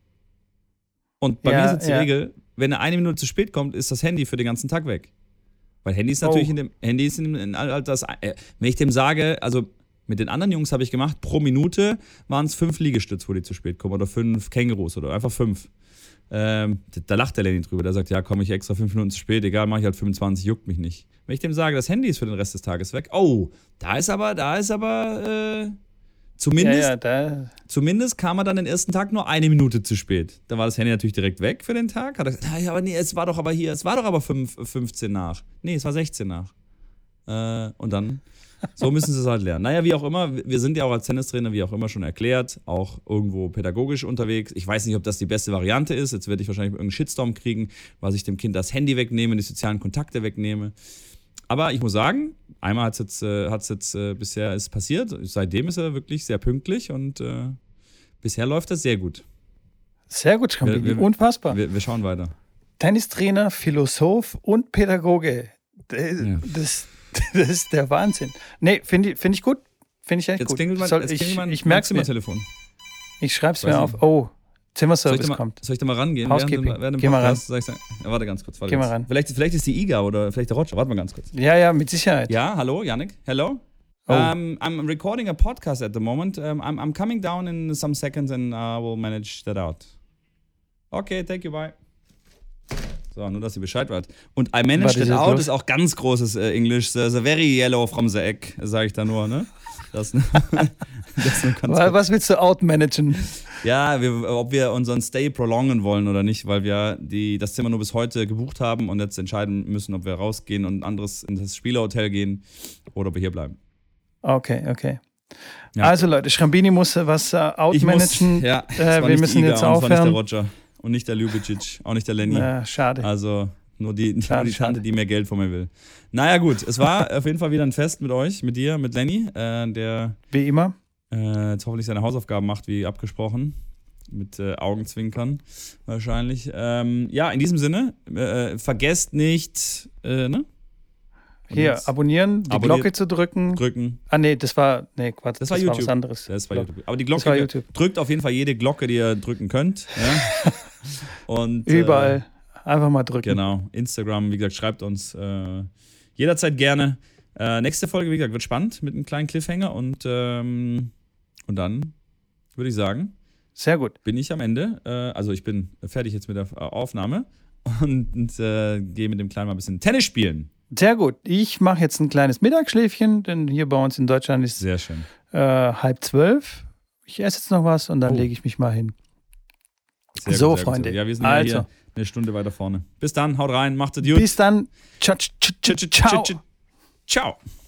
Und bei ja, mir ist jetzt die ja. Regel, wenn er eine Minute zu spät kommt, ist das Handy für den ganzen Tag weg. Weil Handy ist natürlich oh. in dem, Handy ist in dem Alters, äh, wenn ich dem sage, also mit den anderen Jungs habe ich gemacht, pro Minute waren es fünf Liegestütze, wo die zu spät kommen oder fünf Kängurus oder einfach fünf. Ähm, da lacht der Lenny drüber, der sagt, ja, komme ich extra fünf Minuten zu spät, egal, mache ich halt fünfundzwanzig, juckt mich nicht. Wenn ich dem sage, das Handy ist für den Rest des Tages weg, oh, da ist aber, da ist aber, äh, zumindest, ja, ja, da. zumindest kam er dann den ersten Tag nur eine Minute zu spät. Da war das Handy natürlich direkt weg für den Tag. Hat er gesagt, ja, aber nee, es war doch aber hier, es war doch aber fünf, fünfzehn nach. Nee, es war sechzehn nach. Äh, und dann, so müssen sie es halt lernen. Naja, wie auch immer, wir sind ja auch als Tennistrainer, wie auch immer schon erklärt, auch irgendwo pädagogisch unterwegs. Ich weiß nicht, ob das die beste Variante ist. Jetzt werde ich wahrscheinlich irgendeinen Shitstorm kriegen, weil ich dem Kind das Handy wegnehme, die sozialen Kontakte wegnehme. Aber ich muss sagen, einmal hat es jetzt, äh, hat's jetzt äh, bisher ist passiert. Seitdem ist er wirklich sehr pünktlich und äh, bisher läuft das sehr gut. Sehr gut, Schrambini. Wir- wir- Unfassbar. Wir, wir schauen weiter. Tennistrainer, Philosoph und Pädagoge. Das, Ja. das, das ist der Wahnsinn. Nee, finde ich, find ich gut. Finde ich echt Jetzt gut. klingelt mein, Soll, jetzt ich klingelt mein, ich mein merke es mir. Zimmertelefon. Ich schreibe es Weiß mir nicht. auf. Oh, Soll ich, Zimmerservice da mal, kommt. soll ich da mal rangehen? Housekeeping. Während, während dem Geh mal Podcast? Soll ich sagen? Ja, warte ganz kurz. Warte Geh mal ganz. ran. Vielleicht, vielleicht ist die Iga oder vielleicht der Roger. Warte mal ganz kurz. Ja, ja, mit Sicherheit. Ja, hallo, Yannick. Hello. Oh. Um, I'm recording a podcast at the moment. Um, I'm, I'm coming down in some seconds and I will manage that out. Okay, thank you, bye. So, nur, dass ihr Bescheid wart. Und I managed Warte, it ist out los? ist auch ganz großes äh, Englisch. The, the very yellow from the egg, sage ich da nur, ne? Das, das nur ganz Wa- kurz. Was willst du outmanagen? Ja, wir, ob wir unseren Stay prolongen wollen oder nicht, weil wir die, das Zimmer nur bis heute gebucht haben und jetzt entscheiden müssen, ob wir rausgehen und ein anderes in das Spielerhotel gehen oder ob wir hier bleiben. Okay, okay. Ja. Also Leute, Schrambini muss äh, was äh, Ich muss, outmanagen. ja, es äh, war wir nicht müssen die Iga jetzt und es war nicht der aufhören. Roger und nicht der Ljubicic, auch nicht der Lenny. Ja, schade. Also nur die, nur Schade, die Tante, schade. die mehr Geld von mir will. Naja gut, es war auf jeden Fall wieder ein Fest mit euch, mit dir, mit Lenny, äh, der Wie immer. äh, jetzt hoffentlich seine Hausaufgaben macht, wie abgesprochen. Mit äh, Augenzwinkern wahrscheinlich. Ähm, ja, in diesem Sinne, äh, vergesst nicht, äh, ne? Und Hier, jetzt abonnieren, die Abonniert. Glocke zu drücken. drücken. Ah, nee, das war, nee, Quatsch, Das das, war war YouTube. was anderes. Das war Glock. YouTube. Aber die Das war Glocke, YouTube. drückt auf jeden Fall jede Glocke, die ihr drücken könnt. Ja? Und, äh, Überall. Einfach mal drücken. Genau. Instagram, wie gesagt, schreibt uns äh, jederzeit gerne. Äh, nächste Folge, wie gesagt, wird spannend mit einem kleinen Cliffhanger und, ähm, und dann würde ich sagen, Sehr gut. bin ich am Ende. Äh, also ich bin fertig jetzt mit der äh, Aufnahme und, und äh, gehe mit dem Kleinen mal ein bisschen Tennis spielen. Sehr gut. Ich mache jetzt ein kleines Mittagsschläfchen, denn hier bei uns in Deutschland ist Sehr schön. äh, halb zwölf. Ich esse jetzt noch was und dann Oh. lege ich mich mal hin. Sehr So, gut, sehr Freunde. Gut. Ja, wir sind Also. ja hier eine Stunde weiter vorne. Bis dann, haut rein, macht es gut. Bis dann. Ciao. ciao, ciao, ciao. Ciao.